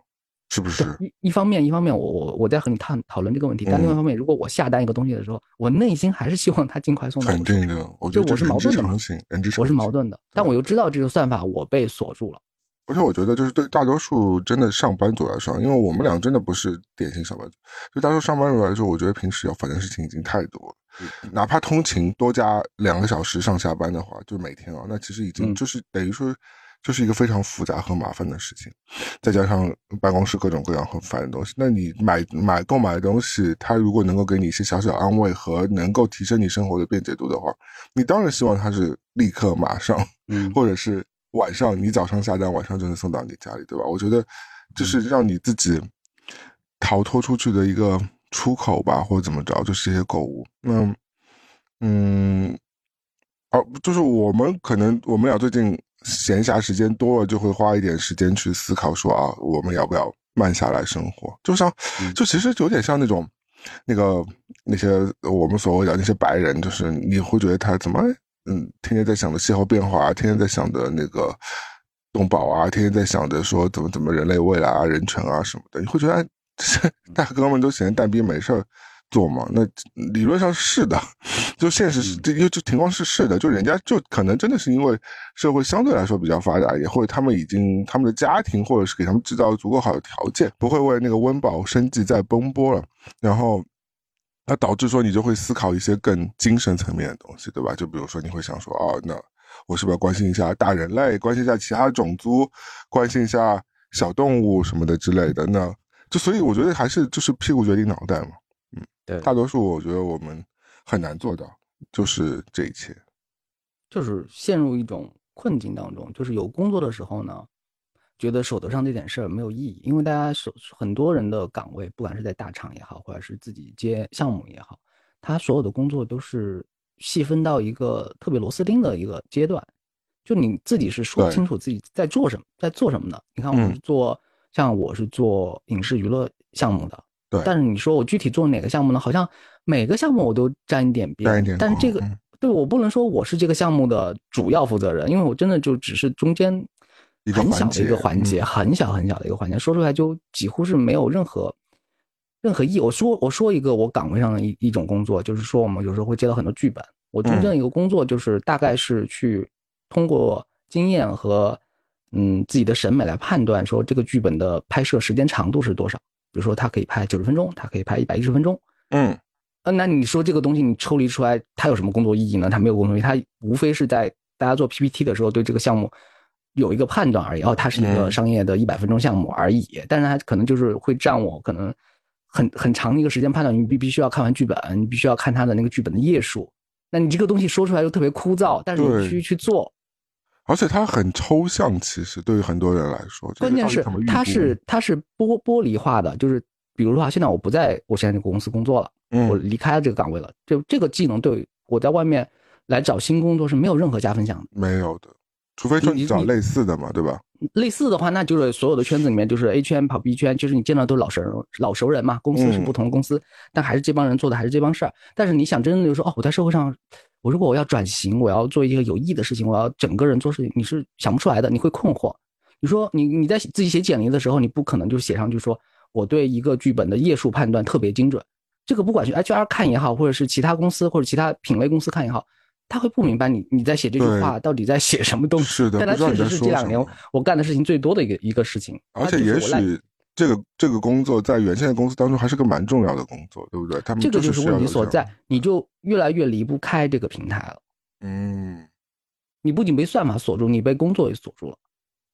是不是？ 一一方面，一方面我我我在和你探讨论这个问题，但另外一方面，如果我下单一个东西的时候，我内心还是希望它尽快送到我手里。 肯定的，我觉得我是矛盾的嘛，我是矛盾的，但我又知道这个算法我被锁住了。 而且我觉得就是对大多数真的上班族来说，因为我们俩真的不是典型上班族，对大多数上班族来说，我觉得平时要烦的事情已经太多了。哪怕通勤多加两个小时上下班的话，就每天啊，那其实已经就是等于说就是一个非常复杂和麻烦的事情，再加上办公室各种各样很烦的东西，那你买买购买的东西，它如果能够给你一些小小安慰和能够提升你生活的便捷度的话，你当然希望它是立刻马上，嗯，或者是晚上你早上下单，晚上就能送到你家里，对吧？我觉得这是让你自己逃脱出去的一个出口吧，或者怎么着，就是这些购物。那嗯，哦，就是我们可能我们俩最近闲暇时间多了，就会花一点时间去思考说啊，我们要不要慢下来生活？就像，就其实有点像那种那个那些我们所谓的那些白人，就是你会觉得他怎么嗯，天天在想着气候变化啊，天天在想着那个动保啊，天天在想着说怎么怎么人类未来啊、人权啊什么的，你会觉得哎，大哥们都闲着蛋逼没事儿做嘛？那理论上是的，就现实是，就就情况是是的，就人家就可能真的是因为社会相对来说比较发达，也或者他们已经他们的家庭或者是给他们制造足够好的条件，不会为那个温饱生计再奔波了，然后。那导致说你就会思考一些更精神层面的东西，对吧？就比如说你会想说，哦，那我是不是要关心一下大人类，关心一下其他种族，关心一下小动物什么的之类的？那就所以我觉得还是就是屁股决定脑袋嘛，嗯， 对， 大多数我觉得我们很难做到，就是这一切， 就是陷入一种困境当中，就是有工作的时候呢。觉得手头上这点事儿没有意义，因为大家手很多人的岗位，不管是在大厂也好，或者是自己接项目也好，他所有的工作都是细分到一个特别螺丝钉的一个阶段，就你自己是说清楚自己在做什么，在做什么的。你看我是做、嗯，像我是做影视娱乐项目的， 对。 但是你说我具体做哪个项目呢？好像每个项目我都沾一点边， 沾一点。 但是这个、嗯、对我不能说我是这个项目的主要负责人，因为我真的就只是中间。很小的一个环节，很小很小的一个环节，说出来就几乎是没有任何任何意义。我说我说一个我岗位上的一一种工作，就是说我们有时候会接到很多剧本，我中间的一个工作就是大概是去通过经验和嗯自己的审美来判断说这个剧本的拍摄时间长度是多少。比如说它可以拍九十分钟，它可以拍一百一十分钟， 嗯， 那你说这个东西你抽离出来，它有什么工作意义呢？它没有工作意义，它无非是在大家做 P P T 的时候对这个项目。有一个判断而已，哦，它是一个商业的一百分钟项目而已，嗯、但是它可能就是会占我可能很很长的一个时间判断，你必必须要看完剧本，你必须要看它的那个剧本的页数，那你这个东西说出来就特别枯燥，但是你必须去做， 而且它很抽象，其实对于很多人来说， 关键是它是它是剥剥离化的，就是比如说啊，现在我不在我现在这个公司工作了，嗯、我离开了这个岗位了，就这个技能对我在外面来找新工作是没有任何加分项的， 没有的。除非说你找类似的嘛，对吧？ 类似的话，那就是所有的圈子里面，就是 A 圈跑 B 圈，就是你见到都是老熟人，老熟人嘛。公司是不同的公司，嗯、但还是这帮人做的还是这帮事儿。但是你想真的就说，哦，我在社会上，我如果我要转型，我要做一个有意义的事情，我要整个人做事情，你是想不出来的，你会困惑。你说你你在自己写简历的时候，你不可能就写上去说我对一个剧本的页数判断特别精准。这个不管是 H R 看也好，或者是其他公司或者其他品类公司看也好。他会不明白你你在写这句话到底在写什么东西， 是的， 但他确实是这两年我干的事情最多的一个一个事情。 而且也许这个这个工作在原先的公司当中还是个蛮重要的工作，对不对？他们这个就是问题所在，你就越来越离不开这个平台了。 嗯， 你不仅被算法锁住，你被工作也锁住了。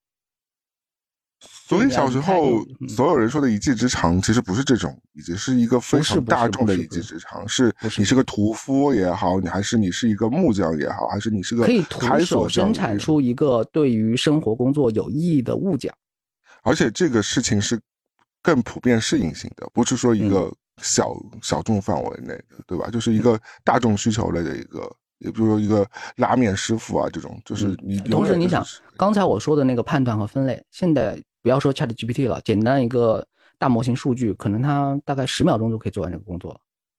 所以小时候所有人说的一技之长，其实不是这种，已经是一个非常大众的一技之长，是你是个屠夫也好，你还是你是一个木匠也好，还是你是个可以徒手生产出一个对于生活工作有意义的物件。 而且这个事情是更普遍适应性的，不是说一个小、嗯、小众范围内的，对吧？就是一个大众需求类的一个。也比如说一个拉面师傅啊，这种就是你、 嗯。同时，你想刚才我说的那个判断和分类，现在不要说 ChatGPT 了，简单一个大模型数据，可能它大概十秒钟就可以做完这个工作了。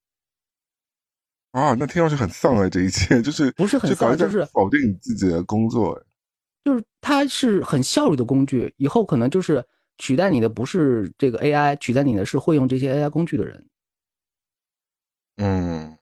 啊，那听上去很丧哎，这一切就是不是很丧，就是否定自己的工作， 就是它是很效率的工具，以后可能就是取代你的不是这个 A I， 取代你的是会用这些 A I 工具的人。 嗯。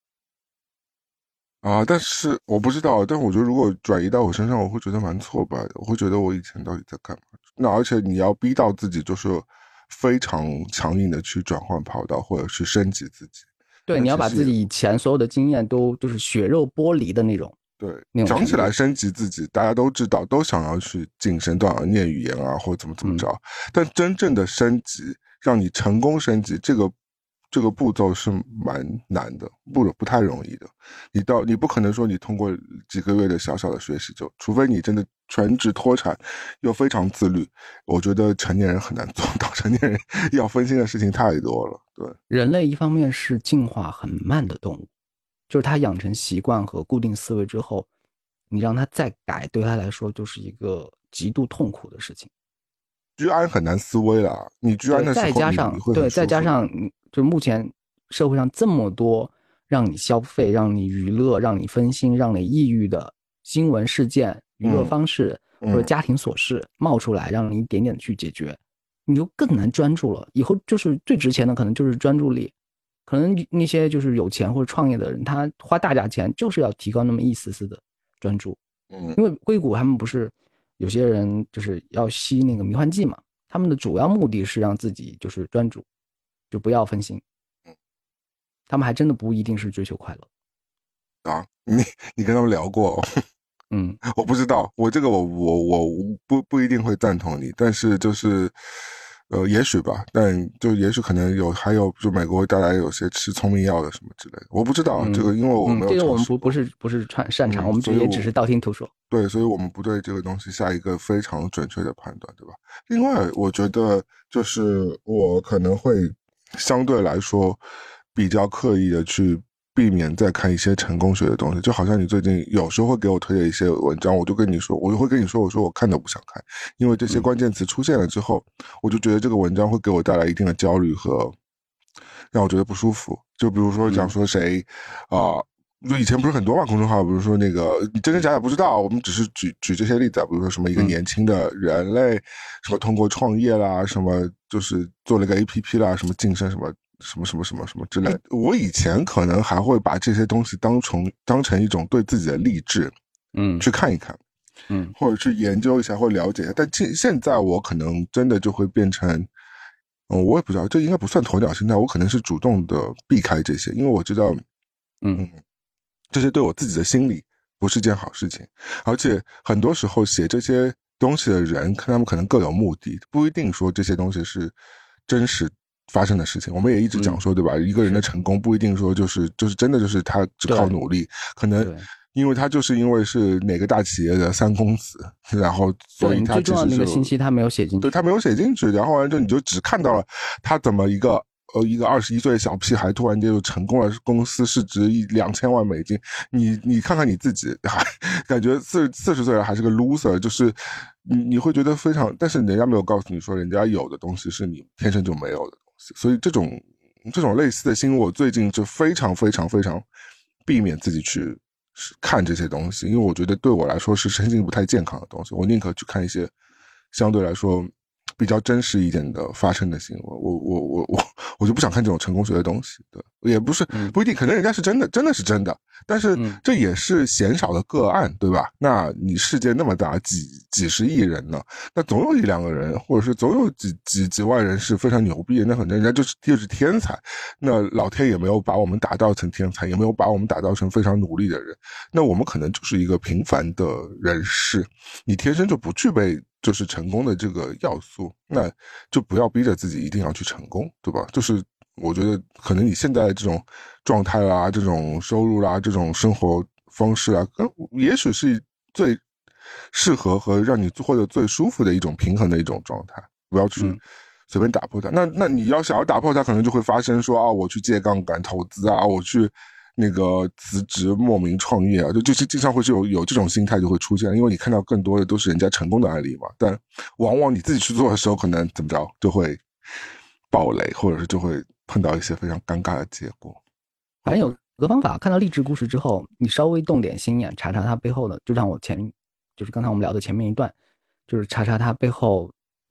啊，但是我不知道，但我觉得如果转移到我身上，我会觉得蛮挫败的，我会觉得我以前到底在干嘛？那而且你要逼到自己，就是非常强硬的去转换跑道，或者是升级自己。 对，你要把自己以前所有的经验都就是血肉剥离的那种。 对，讲起来升级自己，大家都知道，都想要去晋升，都想要念语言啊，或者怎么怎么着。嗯、但真正的升级，让你成功升级，这个这个步骤是蛮难的，不不太容易的。你到你不可能说你通过几个月的小小的学习就，除非你真的全职脱产，又非常自律，我觉得成年人很难做到。成年人要分心的事情太多了。对， 人类一方面是进化很慢的动物。就是他养成习惯和固定思维之后，你让他再改，对他来说就是一个极度痛苦的事情。 居安很难思危了，你居安的时候再加上对，再加上就目前社会上这么多让你消费、让你娱乐、让你分心、让你抑郁的新闻事件、娱乐方式、嗯、或者家庭琐事冒出来，让你一点点去解决，你就更难专注了。以后就是最值钱的可能就是专注力。可能那些就是有钱或者创业的人，他花大价钱就是要提高那么一丝丝的专注。 嗯， 因为硅谷他们不是有些人就是要吸那个迷幻剂嘛，他们的主要目的是让自己就是专注，就不要分心。 嗯， 他们还真的不一定是追求快乐。 啊，你你跟他们聊过？ 嗯， 我不知道，我这个我我我不不一定会赞同你，但是就是。呃，也许吧，但就也许可能有，还有就美国大家有些吃聪明药的什么之类的，我不知道、嗯、这个，因为我没有、 嗯。这个我们不不是不是擅长，嗯、我们也只是道听途说。 对，所以我们不对这个东西下一个非常准确的判断，对吧？另外，我觉得就是我可能会相对来说比较刻意的去。避免再看一些成功学的东西，就好像你最近有时候会给我推荐一些文章，我就跟你说，我就会跟你说，我说我看都不想看，因为这些关键词出现了之后，嗯、我就觉得这个文章会给我带来一定的焦虑和让我觉得不舒服。就比如说讲说谁啊、嗯呃，就以前不是很多嘛，公众号，比如说那个你真真假假不知道，我们只是举举这些例子，比如说什么一个年轻的人类，嗯、什么通过创业啦，什么就是做了个 A P P 啦，什么晋升什么。什么什么什么什么之类的，我以前可能还会把这些东西当成当成一种对自己的励志，嗯，去看一看，嗯，或者去研究一下或了解一下。但现现在我可能真的就会变成，嗯，我也不知道，这应该不算鸵鸟心态，我可能是主动的避开这些，因为我知道，嗯，这些对我自己的心理不是件好事情，而且很多时候写这些东西的人，看他们可能各有目的，不一定说这些东西是真实发生的事情。我们也一直讲说，嗯、对吧？一个人的成功不一定说就是就是真的就是他只靠努力，可能因为他就是因为是哪个大企业的三公子，然后所以他最重要的那个信息他没有写进去， 对他没有写进去，然后完之后你就只看到了他怎么一个呃一个二十一岁的小屁孩突然间就成功了，公司市值一两千万美金，你你看看你自己，还感觉四四十岁了还是个 loser， 就是你你会觉得非常，但是人家没有告诉你说人家有的东西是你天生就没有的。所以这种这种类似的新闻，我最近就非常非常非常避免自己去看这些东西，因为我觉得对我来说是身心不太健康的东西。我宁可去看一些相对来说比较真实一点的发生的新闻。我我我我我就不想看这种成功学的东西。对，也不是不一定，可能人家是真的，真的是真的，但是这也是鲜少的个案，对吧？那你世界那么大，几几十亿人呢，那总有一两个人，或者是总有几几几万人是非常牛逼的，那可能人家就是就是天才。那老天也没有把我们打造成天才，也没有把我们打造成非常努力的人，那我们可能就是一个平凡的人士，你天生就不具备就是成功的这个要素，那就不要逼着自己一定要去成功，对吧？就是我觉得可能你现在这种状态啦，这种收入啦，这种生活方式啊，也许是最适合和让你获得最舒服的一种平衡的一种状态，不要去随便打破它。嗯、那那你要想要打破它，可能就会发生说啊，我去借杠杆投资啊，我去那个辞职莫名创业啊，就就经常会有有这种心态就会出现，因为你看到更多的都是人家成功的案例嘛，但往往你自己去做的时候，可能怎么着就会爆雷，或者是就会碰到一些非常尴尬的结果。 反正有个方法，看到励志故事之后，你稍微动点心眼，查查它背后的，就像我前就是刚才我们聊的前面一段，就是查查它背后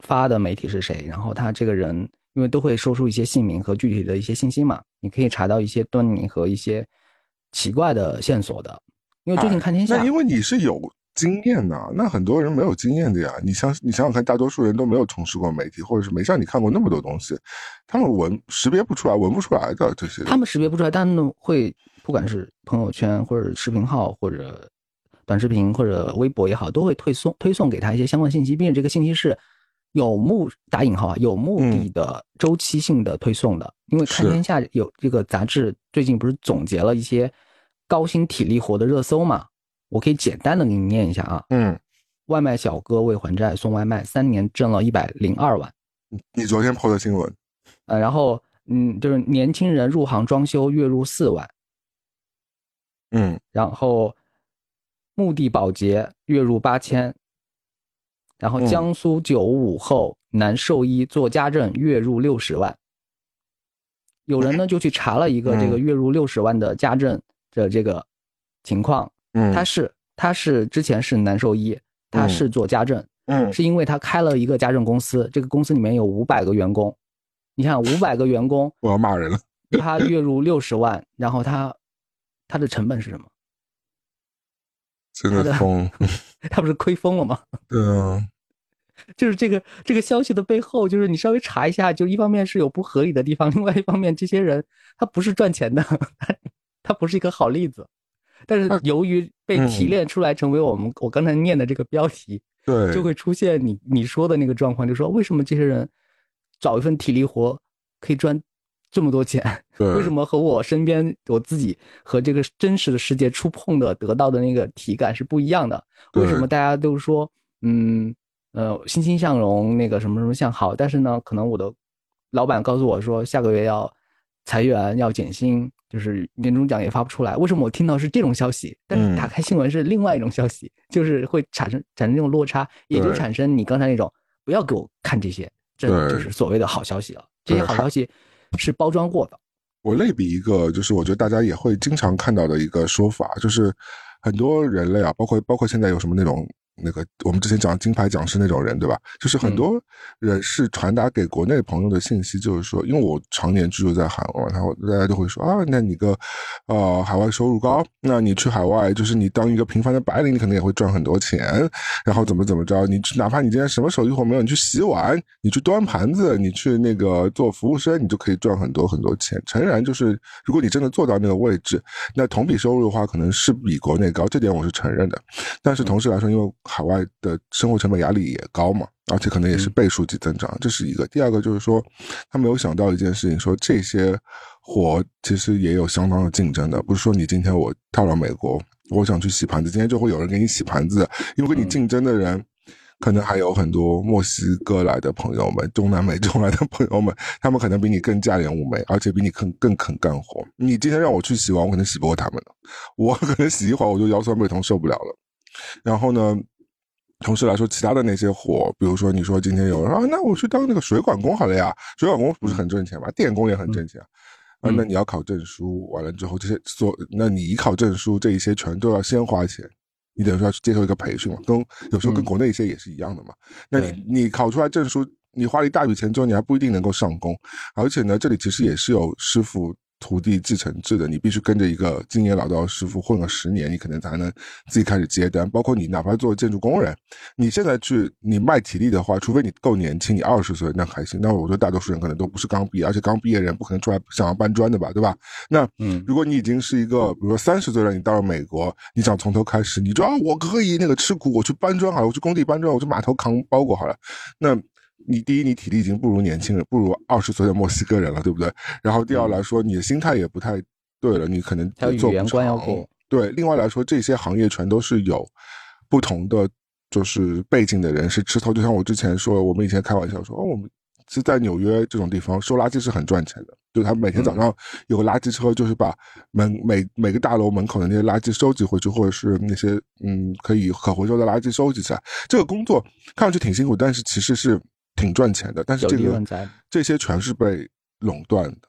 发的媒体是谁，然后他这个人因为都会说出一些姓名和具体的一些信息嘛，你可以查到一些端倪和一些奇怪的线索的。因为最近看天下， 哎、那因为你是有经验呐、啊，那很多人没有经验的呀。你想，你想想看，大多数人都没有从事过媒体，或者是没像你看过那么多东西，他们闻识别不出来，闻不出来的这些。 他们识别不出来，但是会不管是朋友圈或者视频号或者短视频或者微博也好，都会推送推送给他一些相关信息，并且这个信息是有目打引号啊，有目的的周期性的推送的。嗯、因为看天下有这个杂志最近不是总结了一些高薪体力活的热搜嘛？我可以简单的给你念一下啊。 嗯， 外卖小哥为还债送外卖，三年挣了一百零二万。 你昨天 po 的新闻。 呃，然后嗯，就是年轻人入行装修月入四万。 嗯， 然后墓地保洁月入八千。然后江苏九五后男兽医做家政月入六十万。有人呢就去查了一个这个月入六十万的家政的这个情况。嗯，他是他是之前是男兽医，他是做家政。嗯，是因为他开了一个家政公司，这个公司里面有五百个员工。你看五百个员工， 我要骂人了。 他月入六十万，然后他他的成本是什么？ 真的疯， 他不是亏疯了吗？ 对啊。 就是这个这个消息的背后，就是你稍微查一下，就一方面是有不合理的地方，另外一方面这些人他不是赚钱的，他他不是一个好例子。但是由于被提炼出来成为我们、嗯、我刚才念的这个标题， 对， 就会出现你你说的那个状况，就说为什么这些人找一份体力活可以赚这么多钱？为什么和我身边我自己和这个真实的世界触碰的得到的那个体感是不一样的？为什么大家都说嗯呃欣欣向荣，那个什么什么向好，但是呢，可能我的老板告诉我说下个月要裁员要减薪，就是年终奖也发不出来。为什么我听到是这种消息，但是打开新闻是另外一种消息、嗯、就是会产生产生这种落差，也就产生你刚才那种不要给我看这些，这就是所谓的好消息了。这些好消息是包装过的。 我类比一个，就是我觉得大家也会经常看到的一个说法，就是很多人类啊，包括包括现在有什么那种那个我们之前讲金牌讲师那种人，对吧？就是很多人是传达给国内朋友的信息，就是说，因为我常年居住在海外，然后大家就会说啊，那你个呃海外收入高，那你去海外就是你当一个平凡的白领，你可能也会赚很多钱，然后怎么怎么着，你哪怕你今天什么手艺活没有，你去洗碗，你去端盘子，你去那个做服务生，你就可以赚很多很多钱。诚然，就是如果你真的做到那个位置，那同比收入的话，可能是比国内高，这点我是承认的。但是同时来说，因为海外的生活成本压力也高嘛，而且可能也是倍数级增长，这是一个。第二个就是说，他没有想到一件事情，说这些活其实也有相当的竞争的，不是说你今天我跳到美国，我想去洗盘子，今天就会有人给你洗盘子，因为跟你竞争的人可能还有很多墨西哥来的朋友们，中南美洲来的朋友们，他们可能比你更价廉物美，而且比你更更肯干活。你今天让我去洗碗，我可能洗不过他们的，我可能洗一会儿我就腰酸背痛受不了了。然后呢，同时来说，其他的那些活，比如说你说今天有人说啊，那我去当那个水管工好了呀，水管工不是很挣钱吗？电工也很挣钱。啊，那你要考证书，完了之后这些所，那你一考证书，这一些全都要先花钱。你等于说要去接受一个培训嘛，跟有时候跟国内一些也是一样的嘛。嗯、那你你考出来证书，你花了一大笔钱之后，你还不一定能够上工，而且呢，这里其实也是有师傅徒弟继承制的，你必须跟着一个经验老道的师傅混个十年，你可能才能自己开始接单。包括你哪怕做建筑工人，你现在去你卖体力的话，除非你够年轻，你二十岁那还行。那我觉得大多数人可能都不是刚毕业，而且刚毕业的人不可能出来想要搬砖的吧，对吧？那嗯，如果你已经是一个，比如说三十岁了，你到了美国，你想从头开始，你就啊，我可以那个吃苦，我去搬砖好了，我去工地搬砖，我去码头扛包裹好了。那你第一，你体力已经不如年轻人，不如二十岁的墨西哥人了，对不对？然后第二来说，你的心态也不太对了，你可能还有语言关要过。 对，另外来说，这些行业全都是有不同的就是背景的人是吃头。就像我之前说，我们以前开玩笑说，哦，我们是在纽约这种地方收垃圾是很赚钱的，就他们每天早上有个垃圾车，就是把门每每个大楼门口的那些垃圾收集回去，或者是那些嗯可以可回收的垃圾收集起来。这个工作看上去挺辛苦，但是其实是挺赚钱的，但是这个这些全是被垄断的，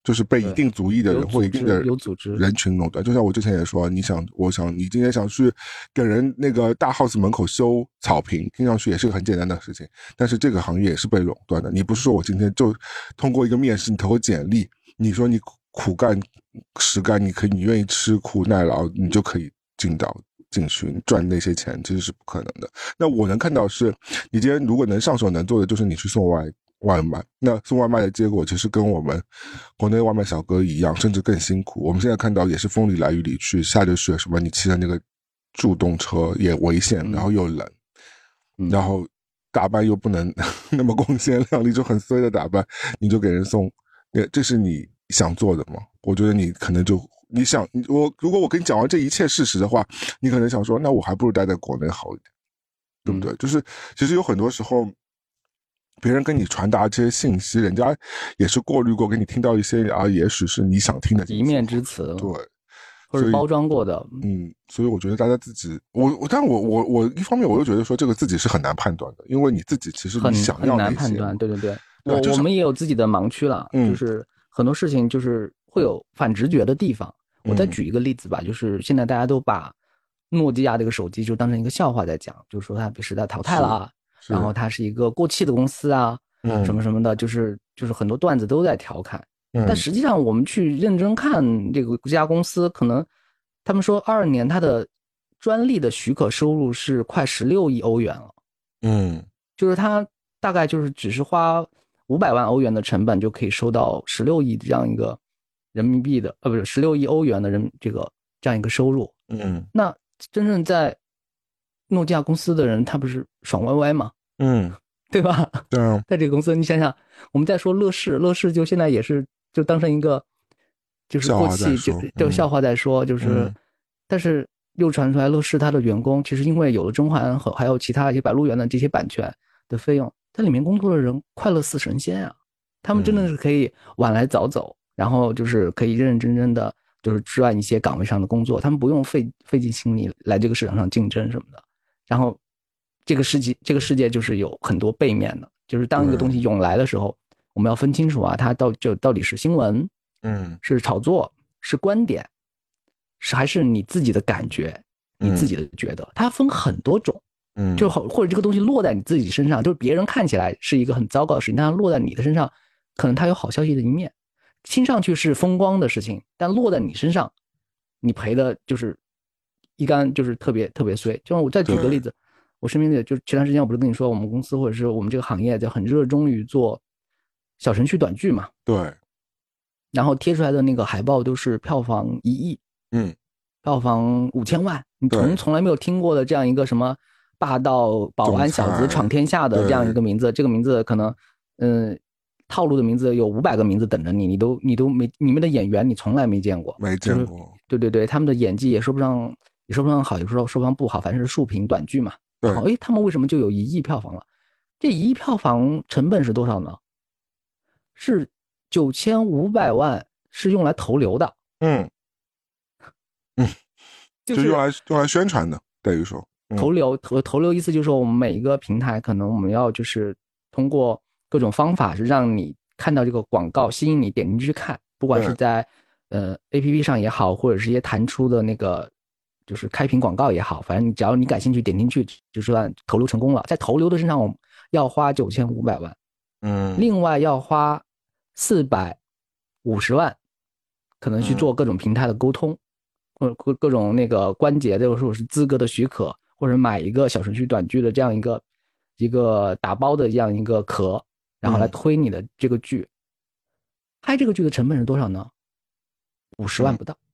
就是被一定族裔的人或一定的有组织人群垄断。就像我之前也说，你想，我想你今天想去给人那个大 house 门口修草坪，听上去也是个很简单的事情，但是这个行业也是被垄断的。你不是说我今天就通过一个面试，你投个简历，你说你苦干实干，你可以，你愿意吃苦耐劳，你就可以进到进去赚那些钱，其实是不可能的。那我能看到是，你今天如果能上手能做的，就是你去送外外卖。那送外卖的结果其实跟我们国内外卖小哥一样，甚至更辛苦。我们现在看到也是风里来雨里去，下着雪什么，你骑的那个助动车也危险，然后又冷， 嗯、 然后打扮又不能那么光鲜亮丽，就很衰的打扮，你就给人送，这是你想做的吗？我觉得你可能就你想我如果我跟你讲完这一切事实的话，你可能想说，那我还不如待在国内好一点，对不对？嗯、就是其实有很多时候别人跟你传达这些信息，人家也是过滤过，给你听到一些啊，也许是你想听的一面之词， 对， 或者包装过的。 嗯，所以我觉得大家自己，我我，但我我我一方面我又觉得说这个自己是很难判断的，因为你自己其实你想要很难判断，对对对， 对我我们也有自己的盲区了，嗯、就是很多事情就是会有反直觉的地方。我再举一个例子吧，嗯、就是现在大家都把诺基亚这个手机就当成一个笑话在讲，就是说它被时代淘汰了，然后它是一个过气的公司啊，嗯、什么什么的，就是就是很多段子都在调侃。嗯、但实际上我们去认真看这个这家公司，可能他们说二二年它的专利的许可收入是快十六亿欧元了。嗯，就是它大概就是只是花五百万欧元的成本就可以收到十六亿这样一个人民币的，呃，不是十六亿欧元的人这个这样一个收入。嗯，那真正在诺基亚公司的人，他不是爽歪歪吗？嗯，对吧？ 对啊， 在这个公司，你想想，我们再说乐视，乐视就现在也是就当成一个就是过气，就就笑话在说，嗯、就是，嗯、但是又传出来乐视它的员工其实因为有了甄嬛和还有其他一些白鹿原的这些版权的费用，在里面工作的人快乐似神仙啊，他们真的是可以晚来早走。嗯，然后就是可以认认真真的，就是赚一些岗位上的工作，他们不用费费尽心力来这个市场上竞争什么的。然后，这个世界这个世界就是有很多背面的，就是当一个东西涌来的时候，我们要分清楚啊，它到就到底是新闻，嗯，是炒作，是观点，是还是你自己的感觉，你自己的觉得，嗯、它分很多种，嗯，就或者这个东西落在你自己身上，就是别人看起来是一个很糟糕的事情，但它落在你的身上。可能它有好消息的一面，听上去是风光的事情，但落在你身上，你赔的就是一竿，就是特别特别衰。就像我再举个例子，我身边的就前段时间我不是跟你说，我们公司或者是我们这个行业就很热衷于做小程序短剧嘛， 对， 然后贴出来的那个海报都是票房一亿，嗯，票房五千万，你从从来没有听过的这样一个什么霸道保安小子闯天下的这样一个名字，这个名字可能嗯。套路的名字有五百个名字等着你，你都你都没，里面的演员你从来没见过， 没见过。 对对对，他们的演技也说不上，也说不上好，也说说不上不好，反正是竖屏短剧嘛。 对。 好，哎，他们为什么就有一亿票房了？这一亿票房成本是多少呢？是九千五百万，是用来投流的。 嗯嗯， 就是就用来用来宣传的，等于说、 嗯、投流投投流意思就是说，我们每一个平台可能我们要就是通过。各种方法是让你看到这个广告，吸引你点进去看，不管是在呃 A P P 上也好，或者是一些弹出的那个就是开屏广告也好，反正你只要你感兴趣点进去，就算投流成功了。在投流的身上，我们要花九千五百万，嗯，另外要花四百五十万，可能去做各种平台的沟通，或者各各种那个关节的，或者是资格的许可，或者买一个小程序短剧的这样一个一个打包的这样一个壳。然后来推你的这个剧，嗯、拍这个剧的成本是多少呢？五十万不到，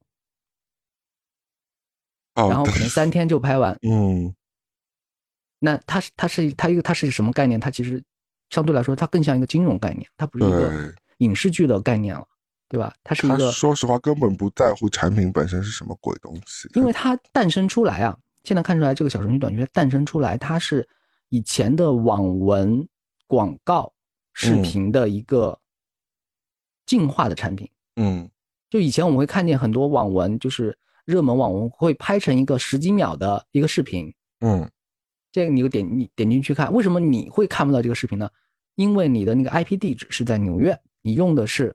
嗯、 然后可能三天就拍完。 嗯， 那它是它是它一个它是什么概念？它其实相对来说，它更像一个金融概念，它不是一个影视剧的概念了，对吧？它是一个， 说实话，根本不在乎产品本身是什么鬼东西， 因为它诞生出来啊，现在看出来这个小程序短剧诞生出来，它是以前的网文广告。视频的一个进化的产品，嗯，就以前我们会看见很多网文，就是热门网文会拍成一个十几秒的一个视频，嗯，这个你就点你点进去看，为什么你会看不到这个视频呢？因为你的那个 I P 地址是在纽约，你用的是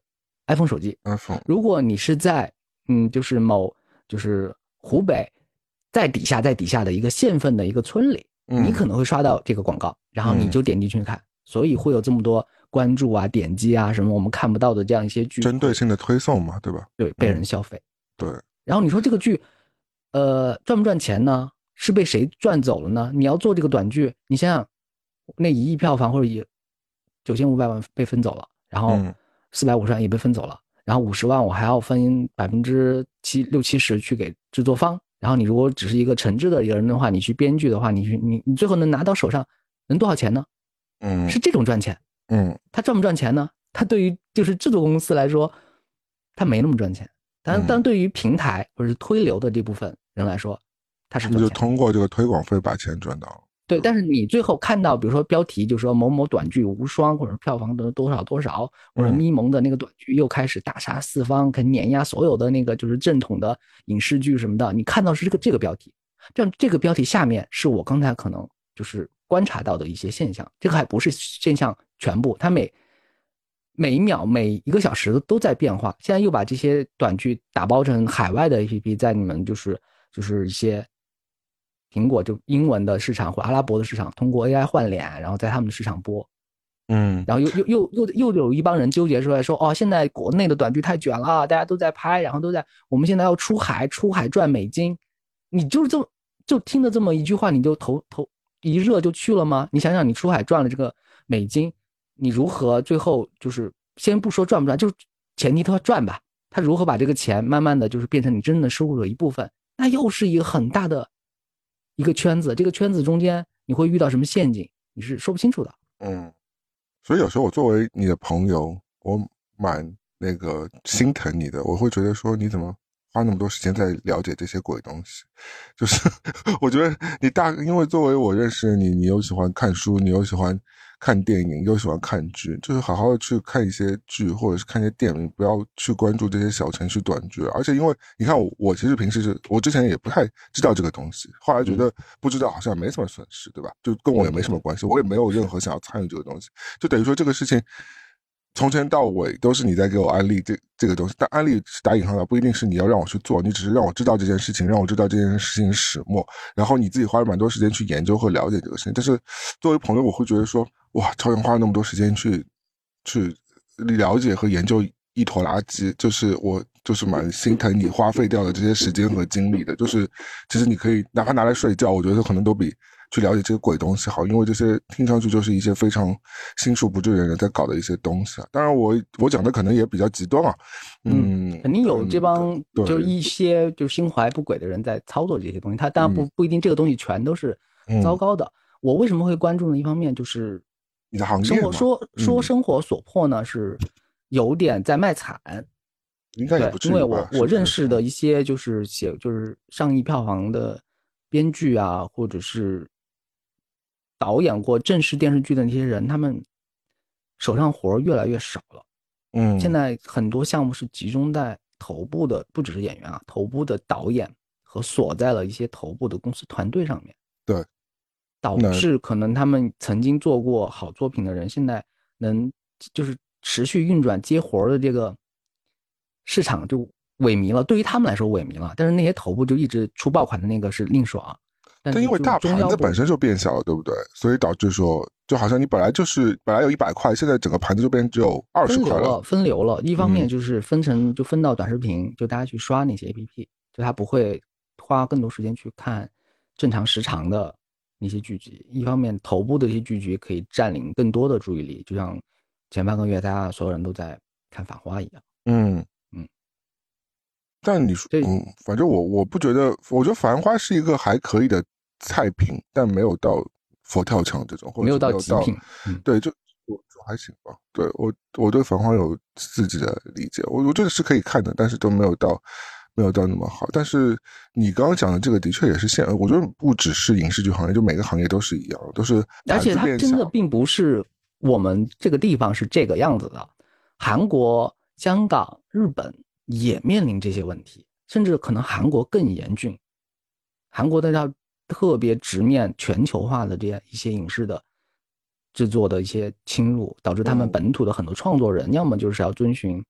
iPhone 手机。 iPhone， 如果你是在嗯，就是某就是湖北在底下在底下的一个县份的一个村里， 嗯你可能会刷到这个广告，然后你就点进去看，所以会有这么多关注啊、点击啊什么我们看不到的这样一些剧， 针对性的推送嘛，对吧？ 对，被人消费。 对。 然后你说这个剧，呃，赚不赚钱呢？是被谁赚走了呢？你要做这个短剧，你想想，那一亿票房或者以九千五百万被分走了，然后四百五十万也被分走了，然后五十万我还要分百分之七六七十去给制作方。然后你如果只是一个诚挚的一个人的话，你去编剧的话，你去你你最后能拿到手上能多少钱呢？ 嗯， 是这种赚钱。 嗯， 他赚不赚钱呢？他对于就是制作公司来说，他没那么赚钱。但但对于平台或者是推流的这部分人来说，他是赚钱。 就通过这个推广费把钱赚到了。 对，但是你最后看到，比如说标题就说某某短剧无双，或者票房的多少多少，或者咪蒙的那个短剧又开始大杀四方，可碾压所有的那个就是正统的影视剧什么的，你看到是这个这个标题，这样这个标题下面是我刚才可能就是观察到的一些现象，这个还不是现象全部，它每每一秒每一个小时都在变化。现在又把这些短剧打包成海外的 A P P， 在你们就是就是一些苹果就英文的市场或阿拉伯的市场，通过 A I 换脸，然后在他们的市场播。 嗯， 然后又又又又又有一帮人纠结出来说，哦，现在国内的短剧太卷了，大家都在拍，然后都在我们现在要出海，出海赚美金。你就是就就听了这么一句话，你就头头一热就去了吗？你想想，你出海赚了这个美金，你如何最后就是先不说赚不赚，就是前提他赚吧，他如何把这个钱慢慢的就是变成你真正的收入的一部分，那又是一个很大的一个圈子，这个圈子中间你会遇到什么陷阱，你是说不清楚的。 嗯，所以有时候我作为你的朋友，我蛮那个心疼你的，我会觉得说你怎么花那么多时间在了解这些鬼东西，就是我觉得你大，因为作为我认识你，你又喜欢看书，你又喜欢看电影，又喜欢看剧，就是好好的去看一些剧或者是看一些电影，不要去关注这些小程序短剧。而且因为你看我，我其实平时是我之前也不太知道这个东西，后来觉得不知道好像没什么损失，对吧？就跟我也没什么关系，我也没有任何想要参与这个东西，就等于说这个事情从前到尾都是你在给我安利这这个东西，但安利是打引号的，不一定是你要让我去做，你只是让我知道这件事情，让我知道这件事情始末，然后你自己花了蛮多时间去研究和了解这个事情。但是作为朋友，我会觉得说，哇，超人花了那么多时间去去了解和研究一坨垃圾，就是我就是蛮心疼你花费掉的这些时间和精力的。就是其实你可以哪怕拿来睡觉，我觉得可能都比去了解这个鬼东西好，因为这些听上去就是一些非常心术不正的人在搞的一些东西啊。当然我我讲的可能也比较极端啊，嗯， 嗯肯定有这帮嗯就一些就心怀不轨的人在操作这些东西，他当然不、嗯、不一定这个东西全都是糟糕的。嗯、我为什么会关注呢？一方面就是你的行业生活说说生活所迫呢，嗯、是有点在卖惨。 应该也不至于吧， 因为我我认识的一些就是写就是上亿票房的编剧啊，或者是导演过正式电视剧的那些人，他们手上活越来越少了。 嗯， 现在很多项目是集中在头部的，不只是演员啊，头部的导演和锁在了一些头部的公司团队上面。 对， 导致可能他们曾经做过好作品的人，现在能就是持续运转接活的这个市场就萎靡了。对于他们来说萎靡了，但是那些头部就一直出爆款的那个是另爽。但因为大盘子本身就变小了，对不对？所以导致说，就好像你本来就是本来有一百块，现在整个盘子就变成只有二十块了。 分流了，一方面就是分成、嗯、就分到短视频，就大家去刷那些 A P P， 就他不会花更多时间去看正常时长的那些剧集。一方面，头部的一些剧集可以占领更多的注意力，就像前半个月大家所有人都在看《繁花》一样。 嗯嗯。但你说，嗯，反正我我不觉得，我觉得《繁花》是一个还可以的菜品，但没有到佛跳墙这种，或者没有到极品。 嗯、对，就我就还行吧。对我我对《繁花》有自己的理解，我我觉得是可以看的，但是都没有到没有到那么好。但是你刚刚讲的这个的确也是现，我觉得不只是影视剧行业，就每个行业都是一样，都是。 而且它真的并不是我们这个地方是这个样子的，韩国、香港、日本也面临这些问题，甚至可能韩国更严峻。韩国的要特别直面全球化的这样一些影视的制作的一些侵入，导致他们本土的很多创作人，要么就是要遵循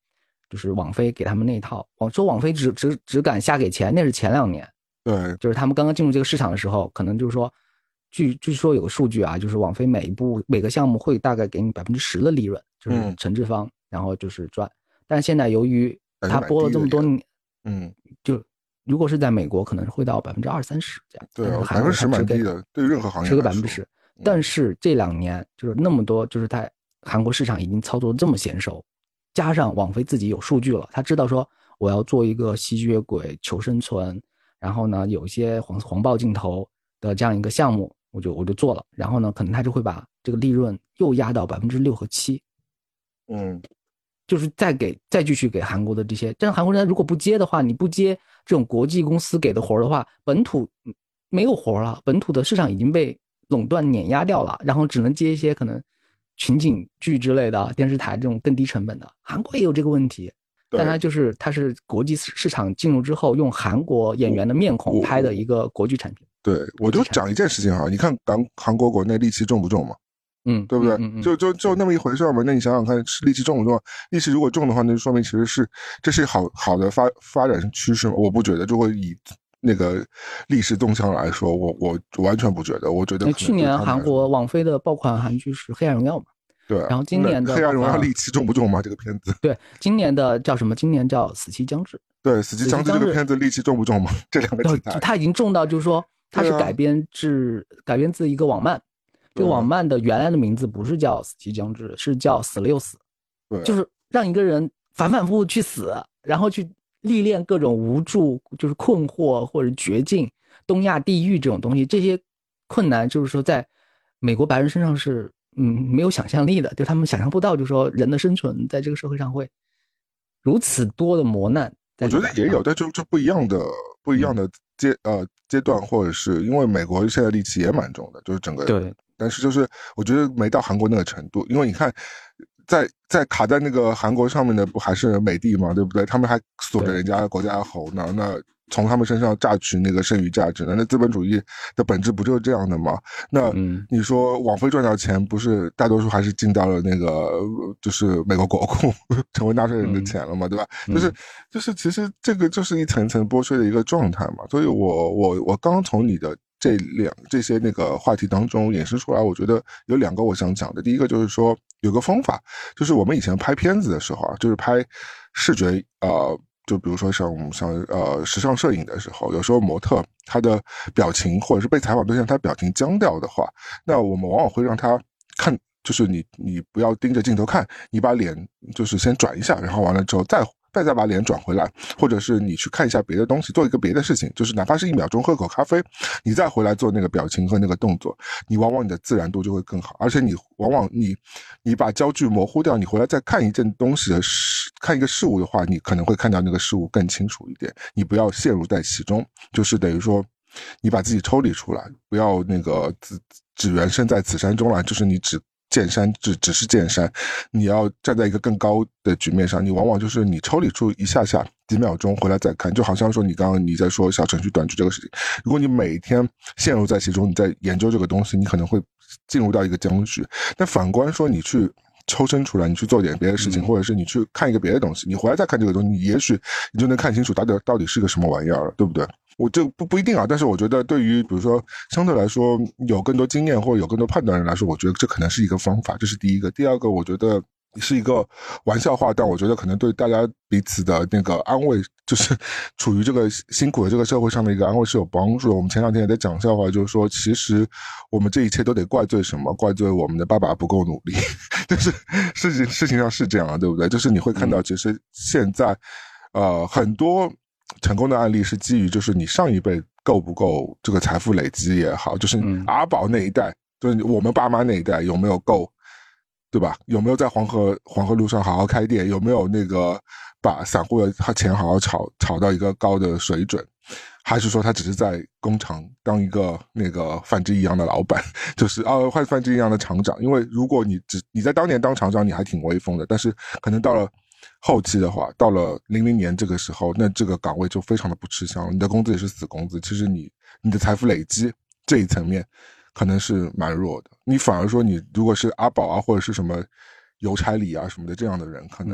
就是网飞给他们那一套，网说网飞只只只敢瞎给钱，那是前两年， 对， 就是他们刚刚进入这个市场的时候，可能就是说，据据说有个数据啊，就是网飞每一部每个项目会大概给你百分之十的利润，就是陈志方，嗯、然后就是赚。但是现在由于他播了这么多年， 嗯， 就如果是在美国，可能会到百分之二三十这样。 对，百分之十蛮低的，对于任何行业是个百分之十。但是这两年就是那么多，就是在韩国市场已经操作这么娴熟，加上网飞自己有数据了，他知道说我要做一个吸血鬼求生存，然后呢有一些黄黄暴镜头的这样一个项目，我就我就做了，然后呢可能他就会把这个利润又压到百分之六和七， 嗯， 就是再给再继续给韩国的这些，但是韩国人如果不接的话，你不接这种国际公司给的活的话，本土没有活了，本土的市场已经被垄断碾压掉了，然后只能接一些可能情景剧之类的电视台这种更低成本的。韩国也有这个问题，但它就是它是国际市场进入之后，用韩国演员的面孔拍的一个国剧产品。 对，我就讲一件事情哈，你看韩韩国国内戾气重不重嘛？ 嗯， 对不对？ 嗯嗯嗯、 就就就那么一回事嘛。那你想想看，戾气重不重？戾气如果重的话，那就说明其实是这是好好的发发展趋势嘛。我不觉得，如果以那个历史动向来说，我我完全不觉得。我觉得去年韩国网飞的爆款韩剧是《黑暗荣耀》嘛， 对。 然后今年的 《黑暗荣耀》戾气重不重嘛？这个片子。 对，今年的叫什么？今年叫《死期将至》。 对，《死期将至》这个片子戾气重不重嘛？这两个题材， 它已经重到就是说，它是改编自、啊、改编自一个网漫。这个网漫的原来的名字不是叫《死期将至》，是叫《死了又死》， 对， 就是让一个人反反复复去死，然后去历练各种无助，就是困惑或者绝境、东亚地狱这种东西。这些困难就是说，在美国白人身上是嗯没有想象力的，就他们想象不到，就是说人的生存在这个社会上会如此多的磨难。 我觉得也有，但就就不一样的不一样的阶、嗯、呃阶段，或者是因为美国现在戾气也蛮重的，就是整个对。 但是就是我觉得没到韩国那个程度，因为你看在在卡在那个韩国上面的不还是美帝嘛，对不对？他们还锁着人家国家的喉呢，那从他们身上榨取那个剩余价值呢，那资本主义的本质不就是这样的吗？那你说网飞赚到钱不是大多数还是进到了那个就是美国国库成为纳税人的钱了嘛，对吧？就是就是其实这个就是一层层剥削的一个状态嘛，所以我我我刚从你的这两这些那个话题当中衍生出来，我觉得有两个我想讲的。第一个就是说有个方法，就是我们以前拍片子的时候啊，就是拍视觉呃，就比如说像像呃时尚摄影的时候，有时候模特他的表情或者是被采访对象他表情僵掉的话，那我们往往会让他看，就是你你不要盯着镜头看，你把脸就是先转一下，然后完了之后再。再再把脸转回来，或者是你去看一下别的东西，做一个别的事情，就是哪怕是一秒钟喝口咖啡，你再回来做那个表情和那个动作，你往往你的自然度就会更好，而且你往往你你把焦距模糊掉，你回来再看一件东西的事，看一个事物的话，你可能会看到那个事物更清楚一点，你不要陷入在其中，就是等于说你把自己抽离出来，不要那个只只缘身在此山中来，就是你只见山只只是见山，你要站在一个更高的局面上，你往往就是你抽离出一下下几秒钟回来再看，就好像说你刚刚你在说小程序短剧这个事情，如果你每天陷入在其中，你在研究这个东西，你可能会进入到一个僵局。但反观说你去抽身出来，你去做点别的事情，或者是你去看一个别的东西，你回来再看这个东西，你也许你就能看清楚到底到底是个什么玩意儿了，对不对？我这不不一定啊，但是我觉得对于比如说相对来说有更多经验或者有更多判断人来说，我觉得这可能是一个方法，这是第一个。第二个，我觉得是一个玩笑话，但我觉得可能对大家彼此的那个安慰，就是处于这个辛苦的这个社会上的一个安慰是有帮助的。我们前两天也在讲笑话，就是说其实我们这一切都得怪罪什么？怪罪我们的爸爸不够努力，就是事情事情上是这样啊，对不对？就是你会看到其实现在呃很多成功的案例是基于就是你上一辈够不够这个财富累积也好，就是阿宝那一代，就是我们爸妈那一代有没有够，对吧？有没有在黄河黄河路上好好开店？有没有那个把散户的钱好好炒炒到一个高的水准？还是说他只是在工厂当一个那个范志毅一样的老板，就是啊，换范志毅一样的厂长？因为如果你只你在当年当厂长，你还挺威风的，但是可能到了后期的话，到了零零年这个时候，那这个岗位就非常的不吃香，你的工资也是死工资，其实你你的财富累积这一层面可能是蛮弱的，你反而说你如果是阿宝啊或者是什么邮差里啊什么的这样的人，可能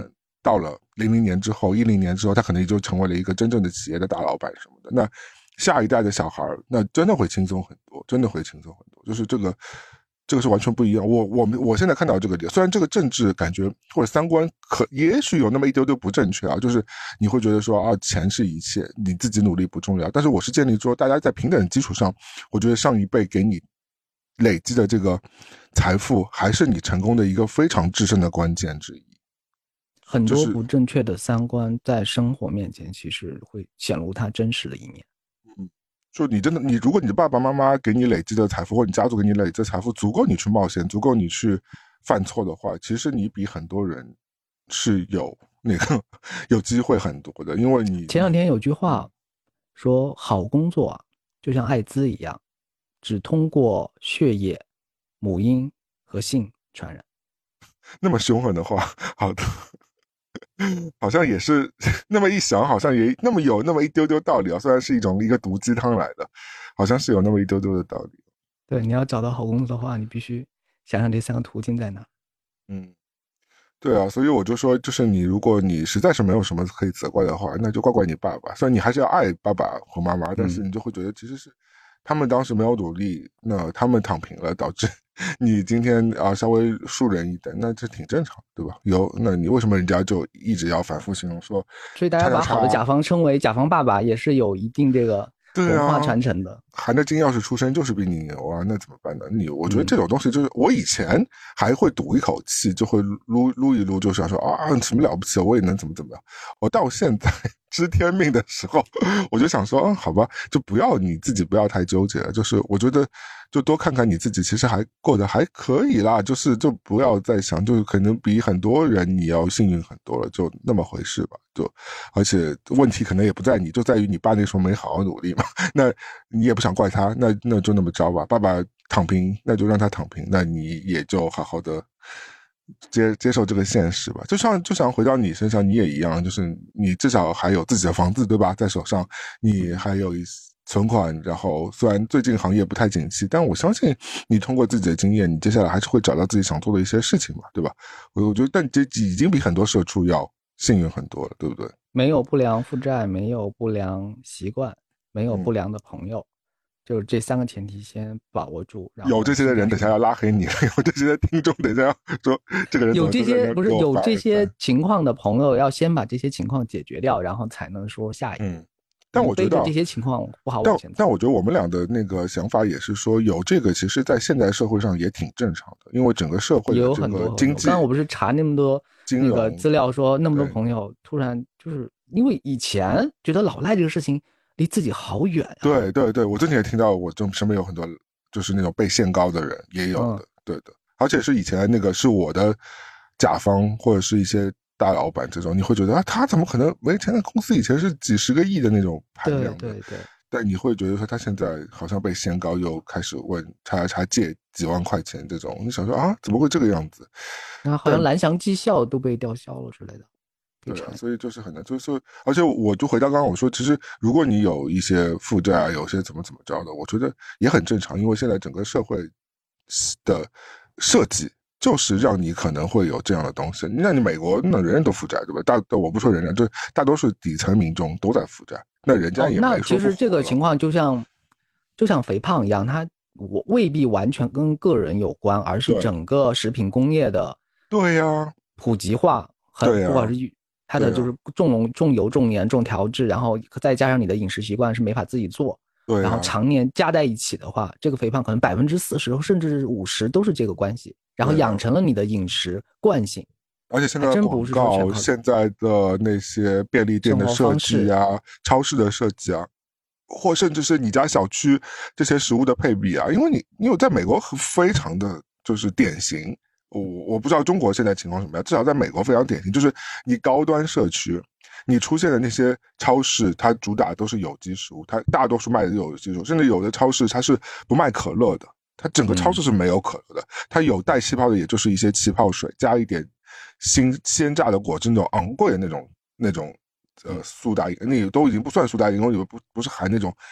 到了零零年之后一零年之后，他可能就成为了一个真正的企业的大老板什么的，那下一代的小孩那真的会轻松很多，真的会轻松很多，就是这个这个是完全不一样。我我们我现在看到这个点，虽然这个政治感觉或者三观可也许有那么一丢丢不正确啊，就是你会觉得说啊，钱是一切，你自己努力不重要。但是我是建立说，大家在平等的基础上，我觉得上一辈给你累积的这个财富，还是你成功的一个非常制胜的关键之一。 很多不正确的三观在生活面前，其实会显露它真实的一面。 嗯，就你真的，你如果你的爸爸妈妈给你累积的财富，或者你家族给你累积的财富足够你去冒险，足够你去犯错的话，其实你比很多人是有那个有机会很多的，因为你前两天有句话说，好工作啊，就像艾滋一样，只通过血液、母婴和性传染。 那么凶狠的话，好的。好像也是那么一想，好像也那么有那么一丢丢道理啊。虽然是一种一个毒鸡汤来的，好像是有那么一丢丢的道理。 对，你要找到好工作的话，你必须想想这三个途径在哪。 嗯，对啊，所以我就说，就是你如果你实在是没有什么可以责怪的话，那就怪怪你爸爸。虽然你还是要爱爸爸和妈妈，但是你就会觉得其实是他们当时没有努力，那他们躺平了，导致你今天啊稍微树人一等，那这挺正常，对吧？有，那你为什么人家就一直要反复形容说， 所以大家把好的甲方称为甲方爸爸，也是有一定这个文化传承的。 含着金钥匙出生就是比你牛啊，那怎么办呢？你我觉得这种东西就是、嗯、我以前还会赌一口气，就会撸撸一撸，就想说啊什么了不起，我也能怎么怎么样。我到现在知天命的时候，我就想说，嗯，好吧，就不要你自己不要太纠结了。就是我觉得，就多看看你自己，其实还过得还可以啦。就是就不要再想，就是可能比很多人你要幸运很多了，就那么回事吧。就而且问题可能也不在你，就在于你爸那时候没好好努力嘛。那你也不想怪他，那那就那么着吧。爸爸躺平，那就让他躺平，那你也就好好的。接接受这个现实吧，就像就像回到你身上，你也一样，就是你至少还有自己的房子，对吧？在手上，你还有一存款，然后虽然最近行业不太景气，但我相信你通过自己的经验，你接下来还是会找到自己想做的一些事情嘛，对吧？我我觉得，但这已经比很多社畜要幸运很多了，对不对？ 没有不良负债，没有不良习惯，没有不良的朋友。嗯，就是这三个前提先把握住，然后有这些的人等下要拉黑你，有这些的听众等下要说这个人有这些不是有这些情况的朋友要先把这些情况解决掉，然后才能说下一步。嗯， 但我觉得这些情况不好往前走。 但我觉得我们俩的那个想法也是说，有这个其实在现代社会上也挺正常的，因为整个社会的这个经济， 刚刚我不是查那么多那个资料说，那么多朋友突然就是因为以前觉得老赖这个事情离自己好远啊。 对对对，我之前也听到，我这身边有很多就是那种被限高的人也有的，嗯、对的，而且是以前那个是我的甲方或者是一些大老板这种，你会觉得啊，他怎么可能没钱的公司以前是几十个亿的那种盘量的， 对对对。 但你会觉得说他现在好像被限高，又开始问他他借几万块钱这种，你想说啊，怎么会这个样子？ 然后好像蓝翔技校都被吊销了之类的。 对啊，所以就是很难，就是而且我就回到刚刚我说，其实如果你有一些负债啊，有些怎么怎么着的，我觉得也很正常，因为现在整个社会的设计就是让你可能会有这样的东西。那你美国那人人都负债，对吧？大我不说人人，就大多数底层民众都在负债，那人家也没说不、哦、 那其实这个情况就像就像肥胖一样，它我未必完全跟个人有关，而是整个食品工业的对呀普及化， 对呀， 不管是它的就是重浓、重油、重盐、重调制，然后再加上你的饮食习惯是没法自己做， 对、啊， 然后常年加在一起的话，这个肥胖可能百分之四十甚至五十都是这个关系，然后养成了你的饮食惯性。 而且现在的广告，现在的那些便利店的设计啊，超市的设计啊，或甚至是你家小区这些食物的配比啊，因为你因为在美国非常的就是典型。我我不知道中国现在情况什么样，至少在美国非常典型，就是你高端社区，你出现的那些超市，它主打都是有机食物，它大多数卖的有机食物，甚至有的超市它是不卖可乐的，它整个超市是没有可乐的，它有带气泡的，也就是一些气泡水加一点新鲜榨的果汁那种昂贵的那种那种呃苏打饮，那都已经不算苏打饮，因为不不是含那种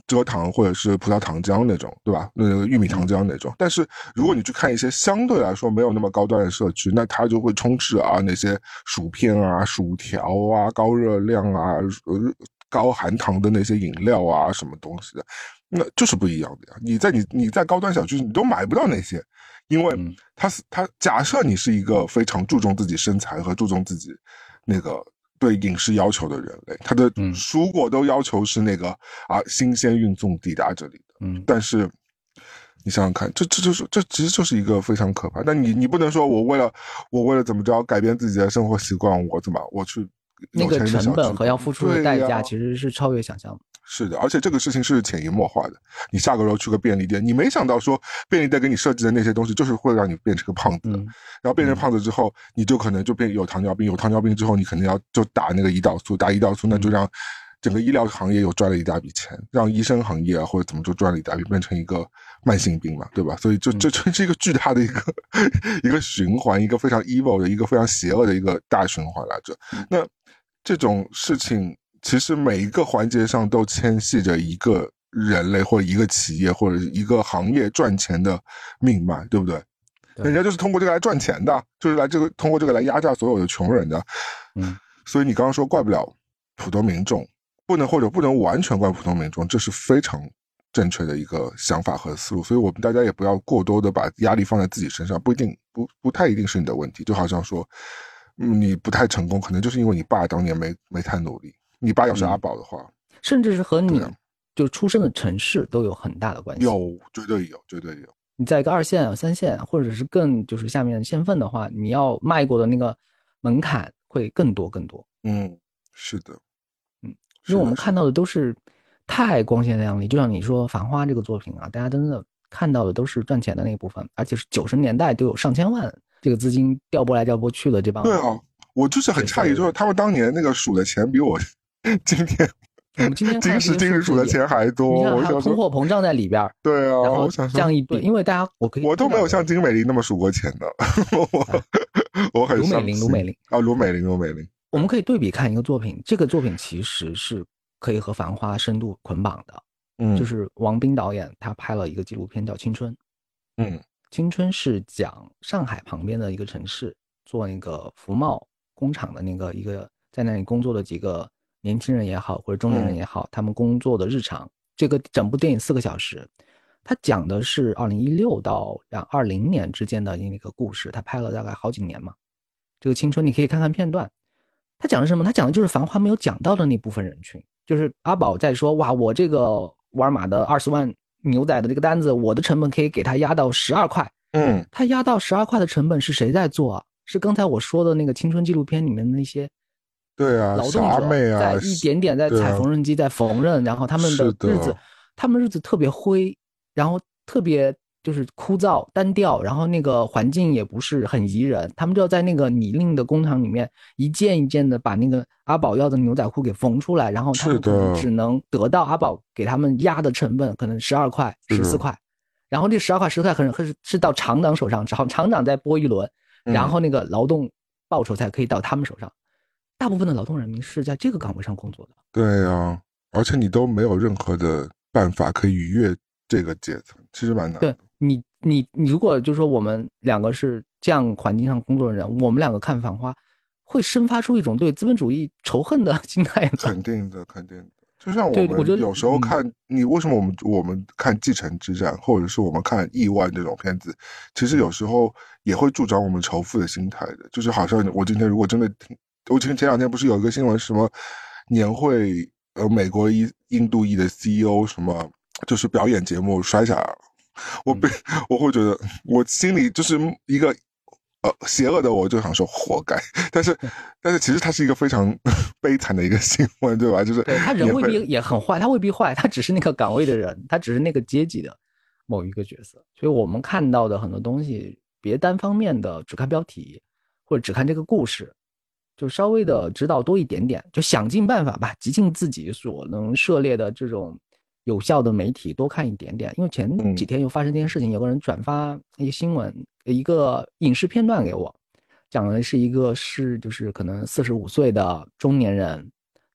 蔗糖或者是葡萄糖浆那种，对吧？那个玉米糖浆那种。但是如果你去看一些相对来说没有那么高端的社区，那它就会充斥啊那些薯片啊、薯条啊、高热量啊、呃高含糖的那些饮料啊什么东西的，那就是不一样的呀。你在你你在高端小区你都买不到那些。因为他是他假设你是一个非常注重自己身材和注重自己那个对饮食要求的人类，他的蔬果都要求是那个啊新鲜运送抵达这里的。嗯，但是你想想看，这这就是这其实就是一个非常可怕。但你你不能说我为了我为了怎么着改变自己的生活习惯，我怎么我去那个成本和要付出的代价其实是超越想象的。 是的，而且这个事情是潜移默化的。你下个周去个便利店，你没想到说便利店给你设计的那些东西就是会让你变成个胖子，嗯、然后变成胖子之后，你就可能就变有糖尿病，有糖尿病之后，你肯定要就打那个胰岛素，打胰岛素那就让整个医疗行业又赚了一大笔钱，让医生行业啊或者怎么就赚了一大笔，变成一个慢性病嘛，对吧？所以就这这是一个巨大的一个一个循环，一个非常 evil 的一个非常邪恶的一个大循环来着。那这种事情。其实每一个环节上都牵系着一个人类或者一个企业或者一个行业赚钱的命脉，对不对？对，人家就是通过这个来赚钱的，就是来这个通过这个来压榨所有的穷人的。嗯，所以你刚刚说怪不了普通民众，不能或者不能完全怪普通民众，这是非常正确的一个想法和思路。所以我们大家也不要过多的把压力放在自己身上，不一定不不太一定是你的问题。就好像说，嗯，你不太成功，可能就是因为你爸当年没没太努力。你爸要是阿宝的话、嗯、 甚至是和你就出生的城市都有很大的关系。 有，绝对有，绝对有。 你在一个二线、三线，或者是更就是下面县份的话，你要迈过的那个门槛会更多更多。 嗯，是的， 嗯，因为我们看到的都是太光鲜亮丽，就像你说《繁花》这个作品啊，大家真的看到的都是赚钱的那一部分，而且是九十年代都有上千万这个资金调拨来调拨去的这帮。 对啊，我就是很诧异，就是他们当年那个数的钱比我。今天， 我们今天今时今日数的钱还多， 你看还有通货膨胀在里边。 对啊， 然后我想这样一比，因为大家我可以， 我都没有像金美玲那么数过钱的，我我很卢美玲，卢美玲啊，卢美玲，卢美玲。 我们可以对比看一个作品，这个作品其实是可以和《繁花》深度捆绑的。嗯，就是王斌导演他拍了一个纪录片叫《青春》。嗯，《青春》是讲上海旁边的一个城市做那个服贸工厂的那个一个。在那里工作的几个年轻人也好，或者中年人也好，嗯、他们工作的日常。这个整部电影四个小时，他讲的是二零一六到二零年之间的那个故事，他拍了大概好几年嘛。这个青春你可以看看片段，他讲的是什么？他讲的就是《繁花》没有讲到的那部分人群，就是阿宝在说，哇，我这个沃尔玛的二十万牛仔的这个单子，我的成本可以给他压到十二块。嗯，他压到十二块的成本是谁在做啊？是刚才我说的那个青春纪录片里面的那些。 对啊， 劳动者在一点点在踩缝纫机在缝纫，然后他们的日子，他们日子特别灰，然后特别就是枯燥单调，然后那个环境也不是很宜人，他们就要在那个拟令的工厂里面一件一件的把那个阿宝要的牛仔裤给缝出来，然后他们可能只能得到阿宝给他们压的成本可能十二块、十四块，然后这十二块、十块可能是是到厂长手上，厂厂长再拨一轮，然后那个劳动报酬才可以到他们手上。大部分的劳动人民是在这个岗位上工作的。 对啊，而且你都没有任何的办法可以逾越这个阶层，其实蛮难的。 对你，你，你如果就是说我们两个是这样环境上工作的人，我们两个看《繁花》，会生发出一种对资本主义仇恨的心态。 肯定的，肯定的。就像我们有时候看，嗯、你为什么我们我们看《继承之战》，或者是我们看《亿万》这种片子，其实有时候也会助长我们仇富的心态的。就是好像我今天如果真的听。我前前两天不是有一个新闻，什么年会呃美国一印度裔的 C E O 什么就是表演节目摔下来了，我被、嗯、我会觉得我心里就是一个呃邪恶的我就想说活该，但是但是其实它是一个非常悲惨的一个新闻，对吧？就是对他人未必也很坏，他未必坏，他只是那个岗位的人，他只是那个阶级的某一个角色，所以我们看到的很多东西，别单方面的只看标题或者只看这个故事。就稍微的指导多一点点，就想尽办法吧，极尽自己所能涉猎的这种有效的媒体多看一点点。因为前几天又发生这件事情，有个人转发一个新闻，一个影视片段给我，讲的是一个是就是可能四十五岁的中年人，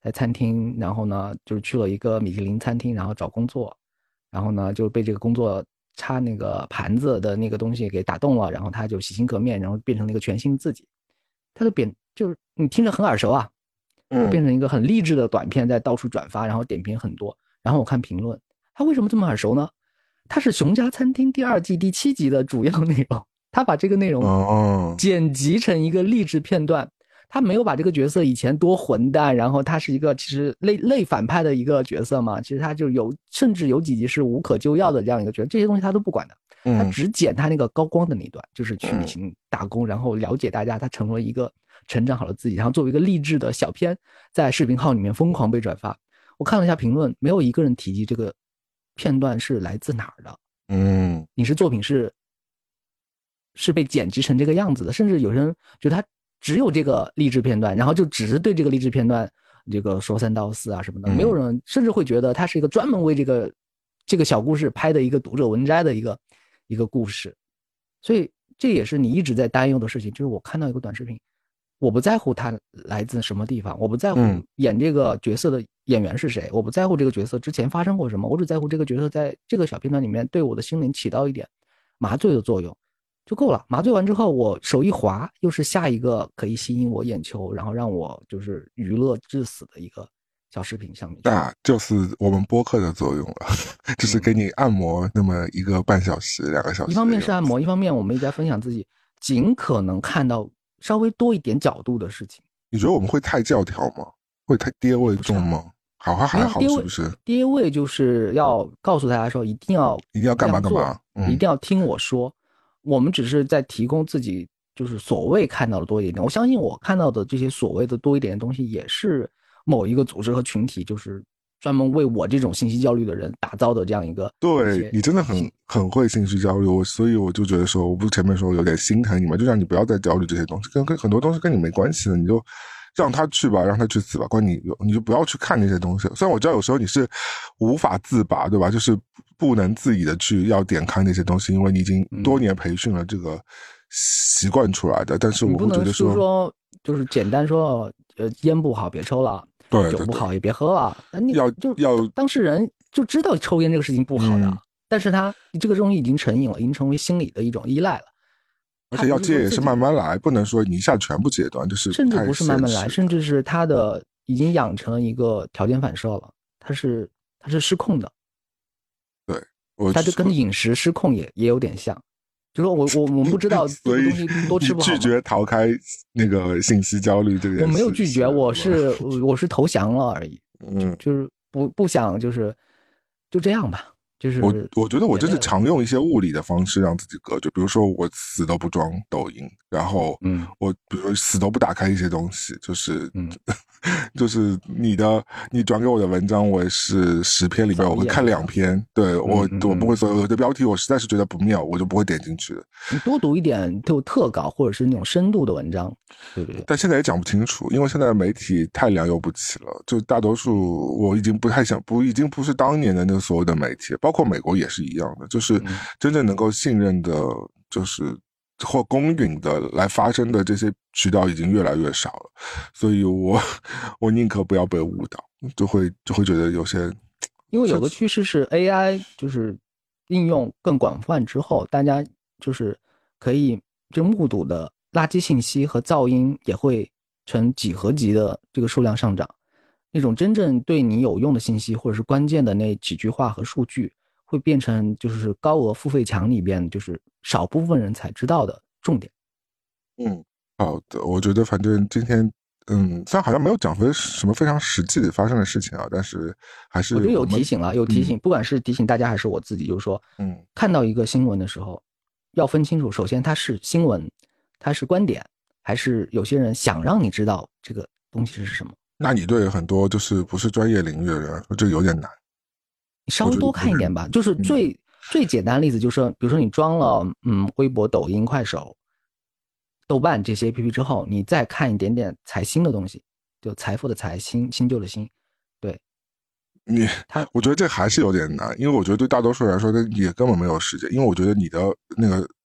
在餐厅，然后呢就是去了一个米其林餐厅，然后找工作，然后呢就被这个工作插那个盘子的那个东西给打动了，然后他就洗心革面，然后变成了一个全新自己。他的扁就是你听着很耳熟啊， 嗯， 变成一个很励志的短片，在到处转发，然后点评很多。然后我看评论，他为什么这么耳熟呢？他是《熊家餐厅》第二季第七集的主要内容，他把这个内容剪辑成一个励志片段。他没有把这个角色以前多混蛋，然后他是一个其实类类反派的一个角色嘛，其实他就有甚至有几集是无可救药的这样一个角色，这些东西他都不管的，他只剪他那个高光的那段，就是去米其林打工，然后了解大家，他成为一个成长好了自己，然后作为一个励志的小片，在视频号里面疯狂被转发。我看了一下评论，没有一个人提及这个片段是来自哪儿的， 嗯， 影视作品是是被剪辑成这个样子的，甚至有人觉得他只有这个励志片段，然后就只是对这个励志片段这个说三道四啊什么的，没有人甚至会觉得它是一个专门为这个这个小故事拍的一个读者文摘的一个一个故事。所以这也是你一直在担忧的事情，就是我看到一个短视频，我不在乎他来自什么地方，我不在乎演这个角色的演员是谁，我不在乎这个角色之前发生过什么，我只在乎这个角色在这个小片段里面对我的心灵起到一点麻醉的作用就够了。麻醉完之后，我手一滑，又是下一个可以吸引我眼球，然后让我就是娱乐致死的一个小视频上面。 那就是我们播客的作用了，就是给你按摩那么一个半小时、两个小时。 一方面是按摩，一方面我们一直在分享自己尽可能看到稍微多一点角度的事情。 你觉得我们会太教条吗？会太爹味重吗？好还还好，是不是？ 爹味就是要告诉大家说，一定要一定要干嘛干嘛， 嗯、一定要听我说。我们只是在提供自己就是所谓看到的多一点，我相信我看到的这些所谓的多一点的东西，也是某一个组织和群体，就是专门为我这种信息焦虑的人打造的这样一个。 对，你真的很很会信息焦虑，我所以我就觉得说，我不是前面说我有点心疼你们，就让你不要再焦虑这些东西，跟跟很多东西跟你没关系的，你就让他去吧，让他去死吧，关你你就不要去看那些东西。虽然我知道有时候你是无法自拔，对吧？就是不能自已的去要点开那些东西，因为你已经多年培训了这个习惯出来的。但是我会觉得说， 就是说，就是简单说，呃，烟不好别抽了， 对对对， 酒不好也别喝了。你要就要当事人就知道抽烟这个事情不好的，嗯、但是他这个东西已经成瘾了，已经成为心理的一种依赖了。 而且要戒也是慢慢来，不能说你一下全部戒断，就是甚至不是慢慢来，甚至是他的已经养成了一个条件反射了，他是他是失控的。 对， 他就跟饮食失控也也有点像，就说我我我们不知道这个东西多吃不好， 拒绝逃开那个信息焦虑这个。 我没有拒绝，我是我是投降了而已，嗯，就是不不想就是就这样吧。就是我我觉得我就是常用一些物理的方式让自己隔绝，比如说我死都不装抖音，然后嗯，我比如说死都不打开一些东西，就是嗯，就是你的你转给我的文章，我也是十篇里面我会看两篇，对我、嗯、我不会说有的标题我实在是觉得不妙，我就不会点进去的。 你多读一点就特稿或者是那种深度的文章，对不对？ 但现在也讲不清楚，因为现在的媒体太良莠不齐了，就大多数我已经不太想不已经不是当年的那个所谓的媒体，包括美国也是一样的，就是真正能够信任的，就是或公允的来发声的这些渠道已经越来越少了，所以我我宁可不要被误导，就会就会觉得有些， 因为有个趋势是 A I 就是应用更广泛之后，大家就是可以就目睹的垃圾信息和噪音也会呈几何级的这个数量上涨，那种真正对你有用的信息或者是关键的那几句话和数据，会变成就是高额付费墙里边就是少部分人才知道的重点。 嗯，好的，我觉得反正今天嗯，虽然好像没有讲非什么非常实际发生的事情啊，但是还是我觉得有提醒了，有提醒，嗯、不管是提醒大家还是我自己，就是说，嗯，看到一个新闻的时候，要分清楚，首先它是新闻，它是观点，还是有些人想让你知道这个东西是什么。 那你对很多就是不是专业领域的人说这个有点难。 你稍微多看一点吧，就是最、嗯、最简单的例子就是，比如说你装了嗯微博、抖音、快手、豆瓣这些 A P P 之后，你再看一点点财新的东西，就财富的财，新新旧的新，对。 你他，我觉得这还是有点难，因为我觉得对大多数人来说，他也根本没有时间，因为我觉得你的那个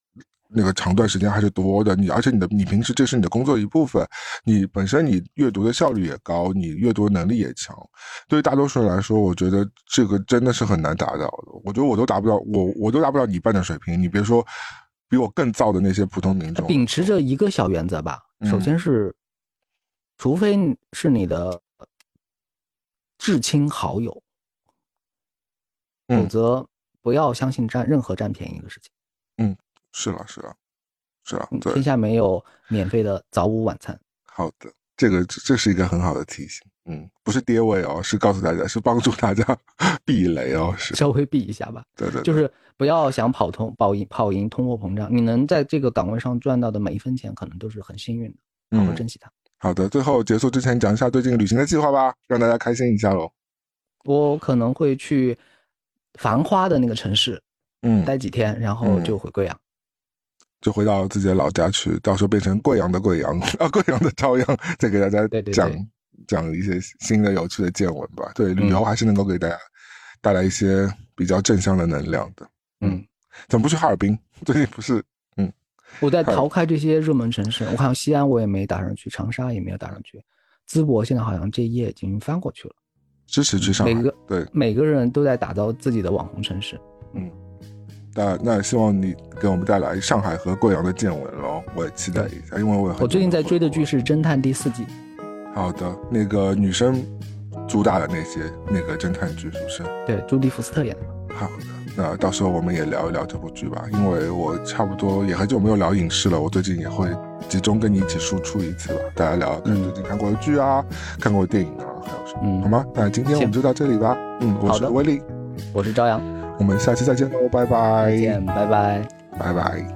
那个长段时间还是多的，你而且你的你平时这是你的工作一部分，你本身你阅读的效率也高，你阅读能力也强，对于大多数人来说，我觉得这个真的是很难达到的。我觉得我都达不到，我我都达不到你半的水平，你别说比我更燥的那些普通民众。 秉持着一个小原则吧，首先是，嗯、除非是你的至亲好友，否则不要相信占任何占便宜的事情。 嗯，是了，是了，是了，对， 天下没有免费的早午晚餐。 好的，这个这是一个很好的提醒。嗯，不是跌位哦，是告诉大家，是帮助大家避雷哦，是稍微避一下吧。 对 对, 对， 就是不要想跑通跑赢跑赢通货膨胀，你能在这个岗位上赚到的每一分钱，可能都是很幸运的，好好珍惜它。 嗯、好的，最后结束之前讲一下最近旅行的计划吧，让大家开心一下喽。 我可能会去繁花的那个城市，嗯，待几天，然后就回贵阳。嗯， 就回到自己的老家去，到时候变成贵阳的贵阳啊，贵阳的朝阳，再给大家讲对对对讲一些新的有趣的见闻吧。对，旅游还是能够给大家带来一些比较正向的能量的。嗯，怎么不去哈尔滨？最近不是嗯， 我在逃开这些热门城市，我看西安我也没打算去，长沙也没有打算去，淄博现在好像这一页已经翻过去了。 支持去上海， 每个对每个人都在打造自己的网红城市。 嗯。那那希望你给我们带来上海和贵阳的见闻咯，我也期待一下，因为我也很我最近在追的剧是《侦探》第四季。 好的，那个女生主打的那些那个侦探剧是不是？ 对，朱迪福斯特演的。 好的，那到时候我们也聊一聊这部剧吧，因为我差不多也很久没有聊影视了，我最近也会集中跟你一起输出一次吧，大家聊聊看最近看过的剧啊，嗯、看过的电影啊，还有什么，嗯、好吗？那今天我们就到这里吧。嗯，我是威力， 我是朝阳。 我们下期再见喽，拜拜！ 再见，拜拜， 拜拜。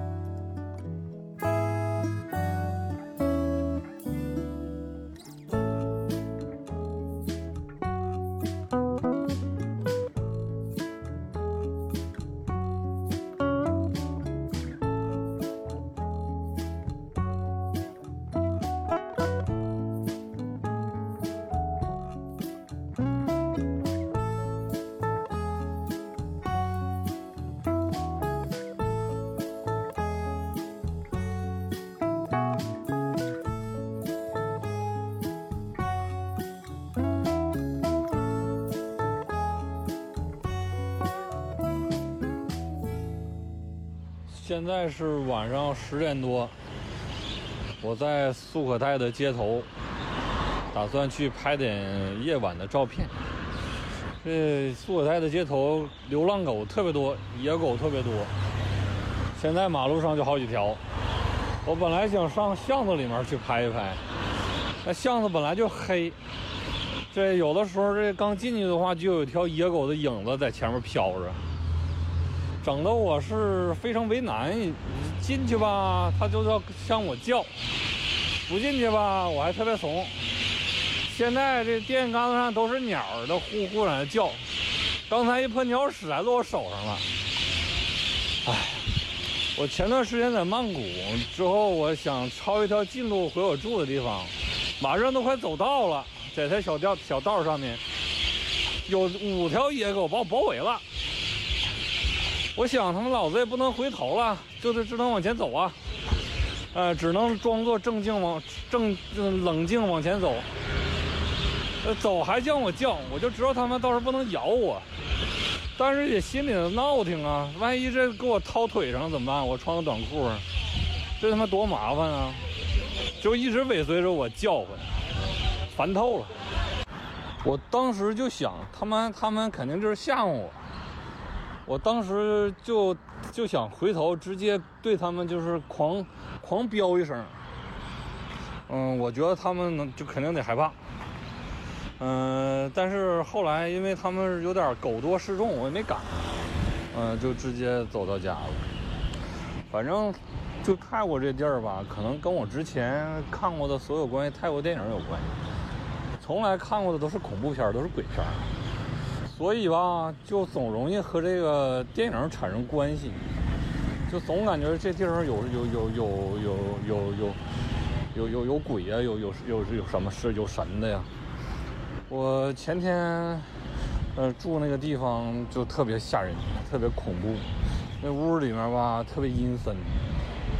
现在是晚上十点多，我在素可泰的街头，打算去拍点夜晚的照片。这素可泰的街头流浪狗特别多，野狗特别多，现在马路上就好几条。我本来想上巷子里面去拍一拍，那巷子本来就黑，这有的时候这刚进去的话，就有一条野狗的影子在前面飘着。整得我是非常为难，进去吧，他就要向我叫；不进去吧，我还特别怂。现在这电线杆子上都是鸟儿的呼呼在那叫，刚才一泼鸟屎还落我手上了。哎，我前段时间在曼谷之后，我想抄一条近路回我住的地方，马上都快走到了，在条小道小道上面，有五条野狗把我包围了。我想他们老子也不能回头了，就是只能往前走啊，呃，只能装作正经往正冷静往前走。呃，走还叫我叫，我就知道他们倒是不能咬我，但是也心里闹挺啊，万一这给我掏腿上怎么办？我穿个短裤，这他妈多麻烦啊！就一直尾随着我叫唤，烦透了。我当时就想，他们他们肯定就是吓唬我。我当时就就想回头直接对他们就是狂狂飙一声，嗯，我觉得他们能就肯定得害怕，嗯，但是后来因为他们有点狗多势众，我也没敢，嗯，就直接走到家了。反正就泰国这地儿吧，可能跟我之前看过的所有关于泰国电影有关系，从来看过的都是恐怖片，都是鬼片。所以吧，就总容易和这个电影产生关系，就总感觉这地方有有有有有有有有有有鬼啊，有有有有什么事有神的呀。我前天呃住那个地方就特别吓人，特别恐怖，那屋里面吧特别阴森，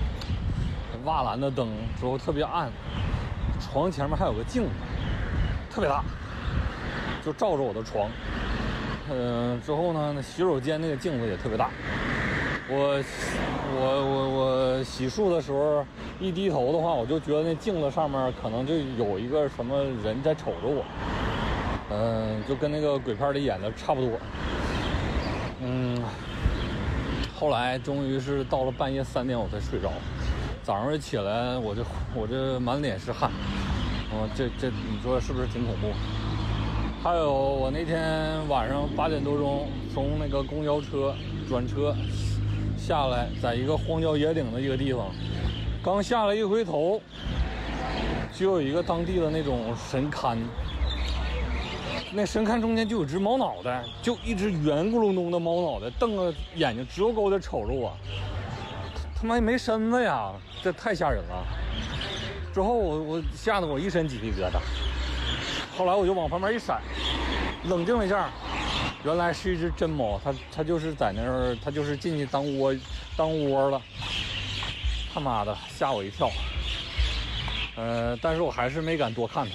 瓦蓝的灯，之后特别暗，床前面还有个镜子，特别大，就照着我的床。嗯、呃，之后呢，那洗手间那个镜子也特别大。我我我我洗漱的时候一低头的话，我就觉得那镜子上面可能就有一个什么人在瞅着我。嗯、呃，就跟那个鬼片里演的差不多。嗯，后来终于是到了半夜三点我才睡着，早上一起来我这我这满脸是汗。嗯，这这你说是不是挺恐怖？还有我那天晚上八点多钟从那个公交车转车下来，在一个荒郊野岭的一个地方，刚下来一回头，就有一个当地的那种神龛，那神龛中间就有只猫脑袋，就一只圆咕隆咚的猫脑袋，瞪着眼睛直勾勾的瞅着我，他妈也没身子呀，这太吓人了。之后我我吓得我一身鸡皮疙瘩。后来我就往旁边一闪，冷静了一下，原来是一只真猫，它它就是在那儿，它就是进去当窝当窝了。他妈的，吓我一跳。呃，但是我还是没敢多看它。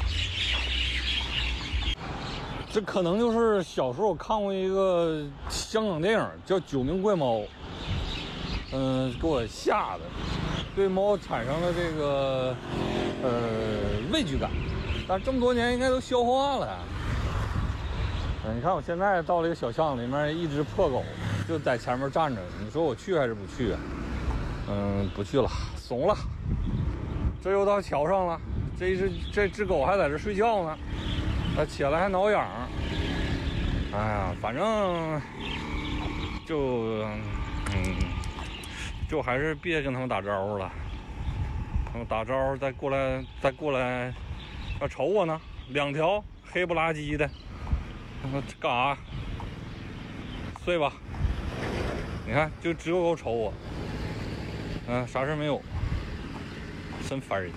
这可能就是小时候我看过一个香港电影叫《九命怪猫》，嗯、呃，给我吓的，对猫产生了这个呃畏惧感。但这么多年应该都消化了呀。嗯，你看我现在到了一个小巷里面，一只破狗就在前面站着，你说我去还是不去啊？嗯，不去了，怂了。这又到桥上了，这一只这只狗还在这睡觉呢，它起来还挠痒。哎呀，反正就嗯，就还是别跟他们打招呼了。他们打招呼再过来，再过来。要瞅我呢，两条黑不拉几的，干啥？睡吧。你看，就直勾勾瞅我，嗯、呃，啥事没有，真烦人。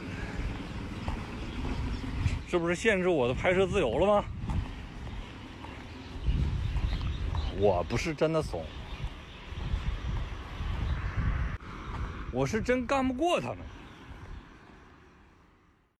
这不是限制我的拍摄自由了吗？我不是真的怂，我是真干不过他们。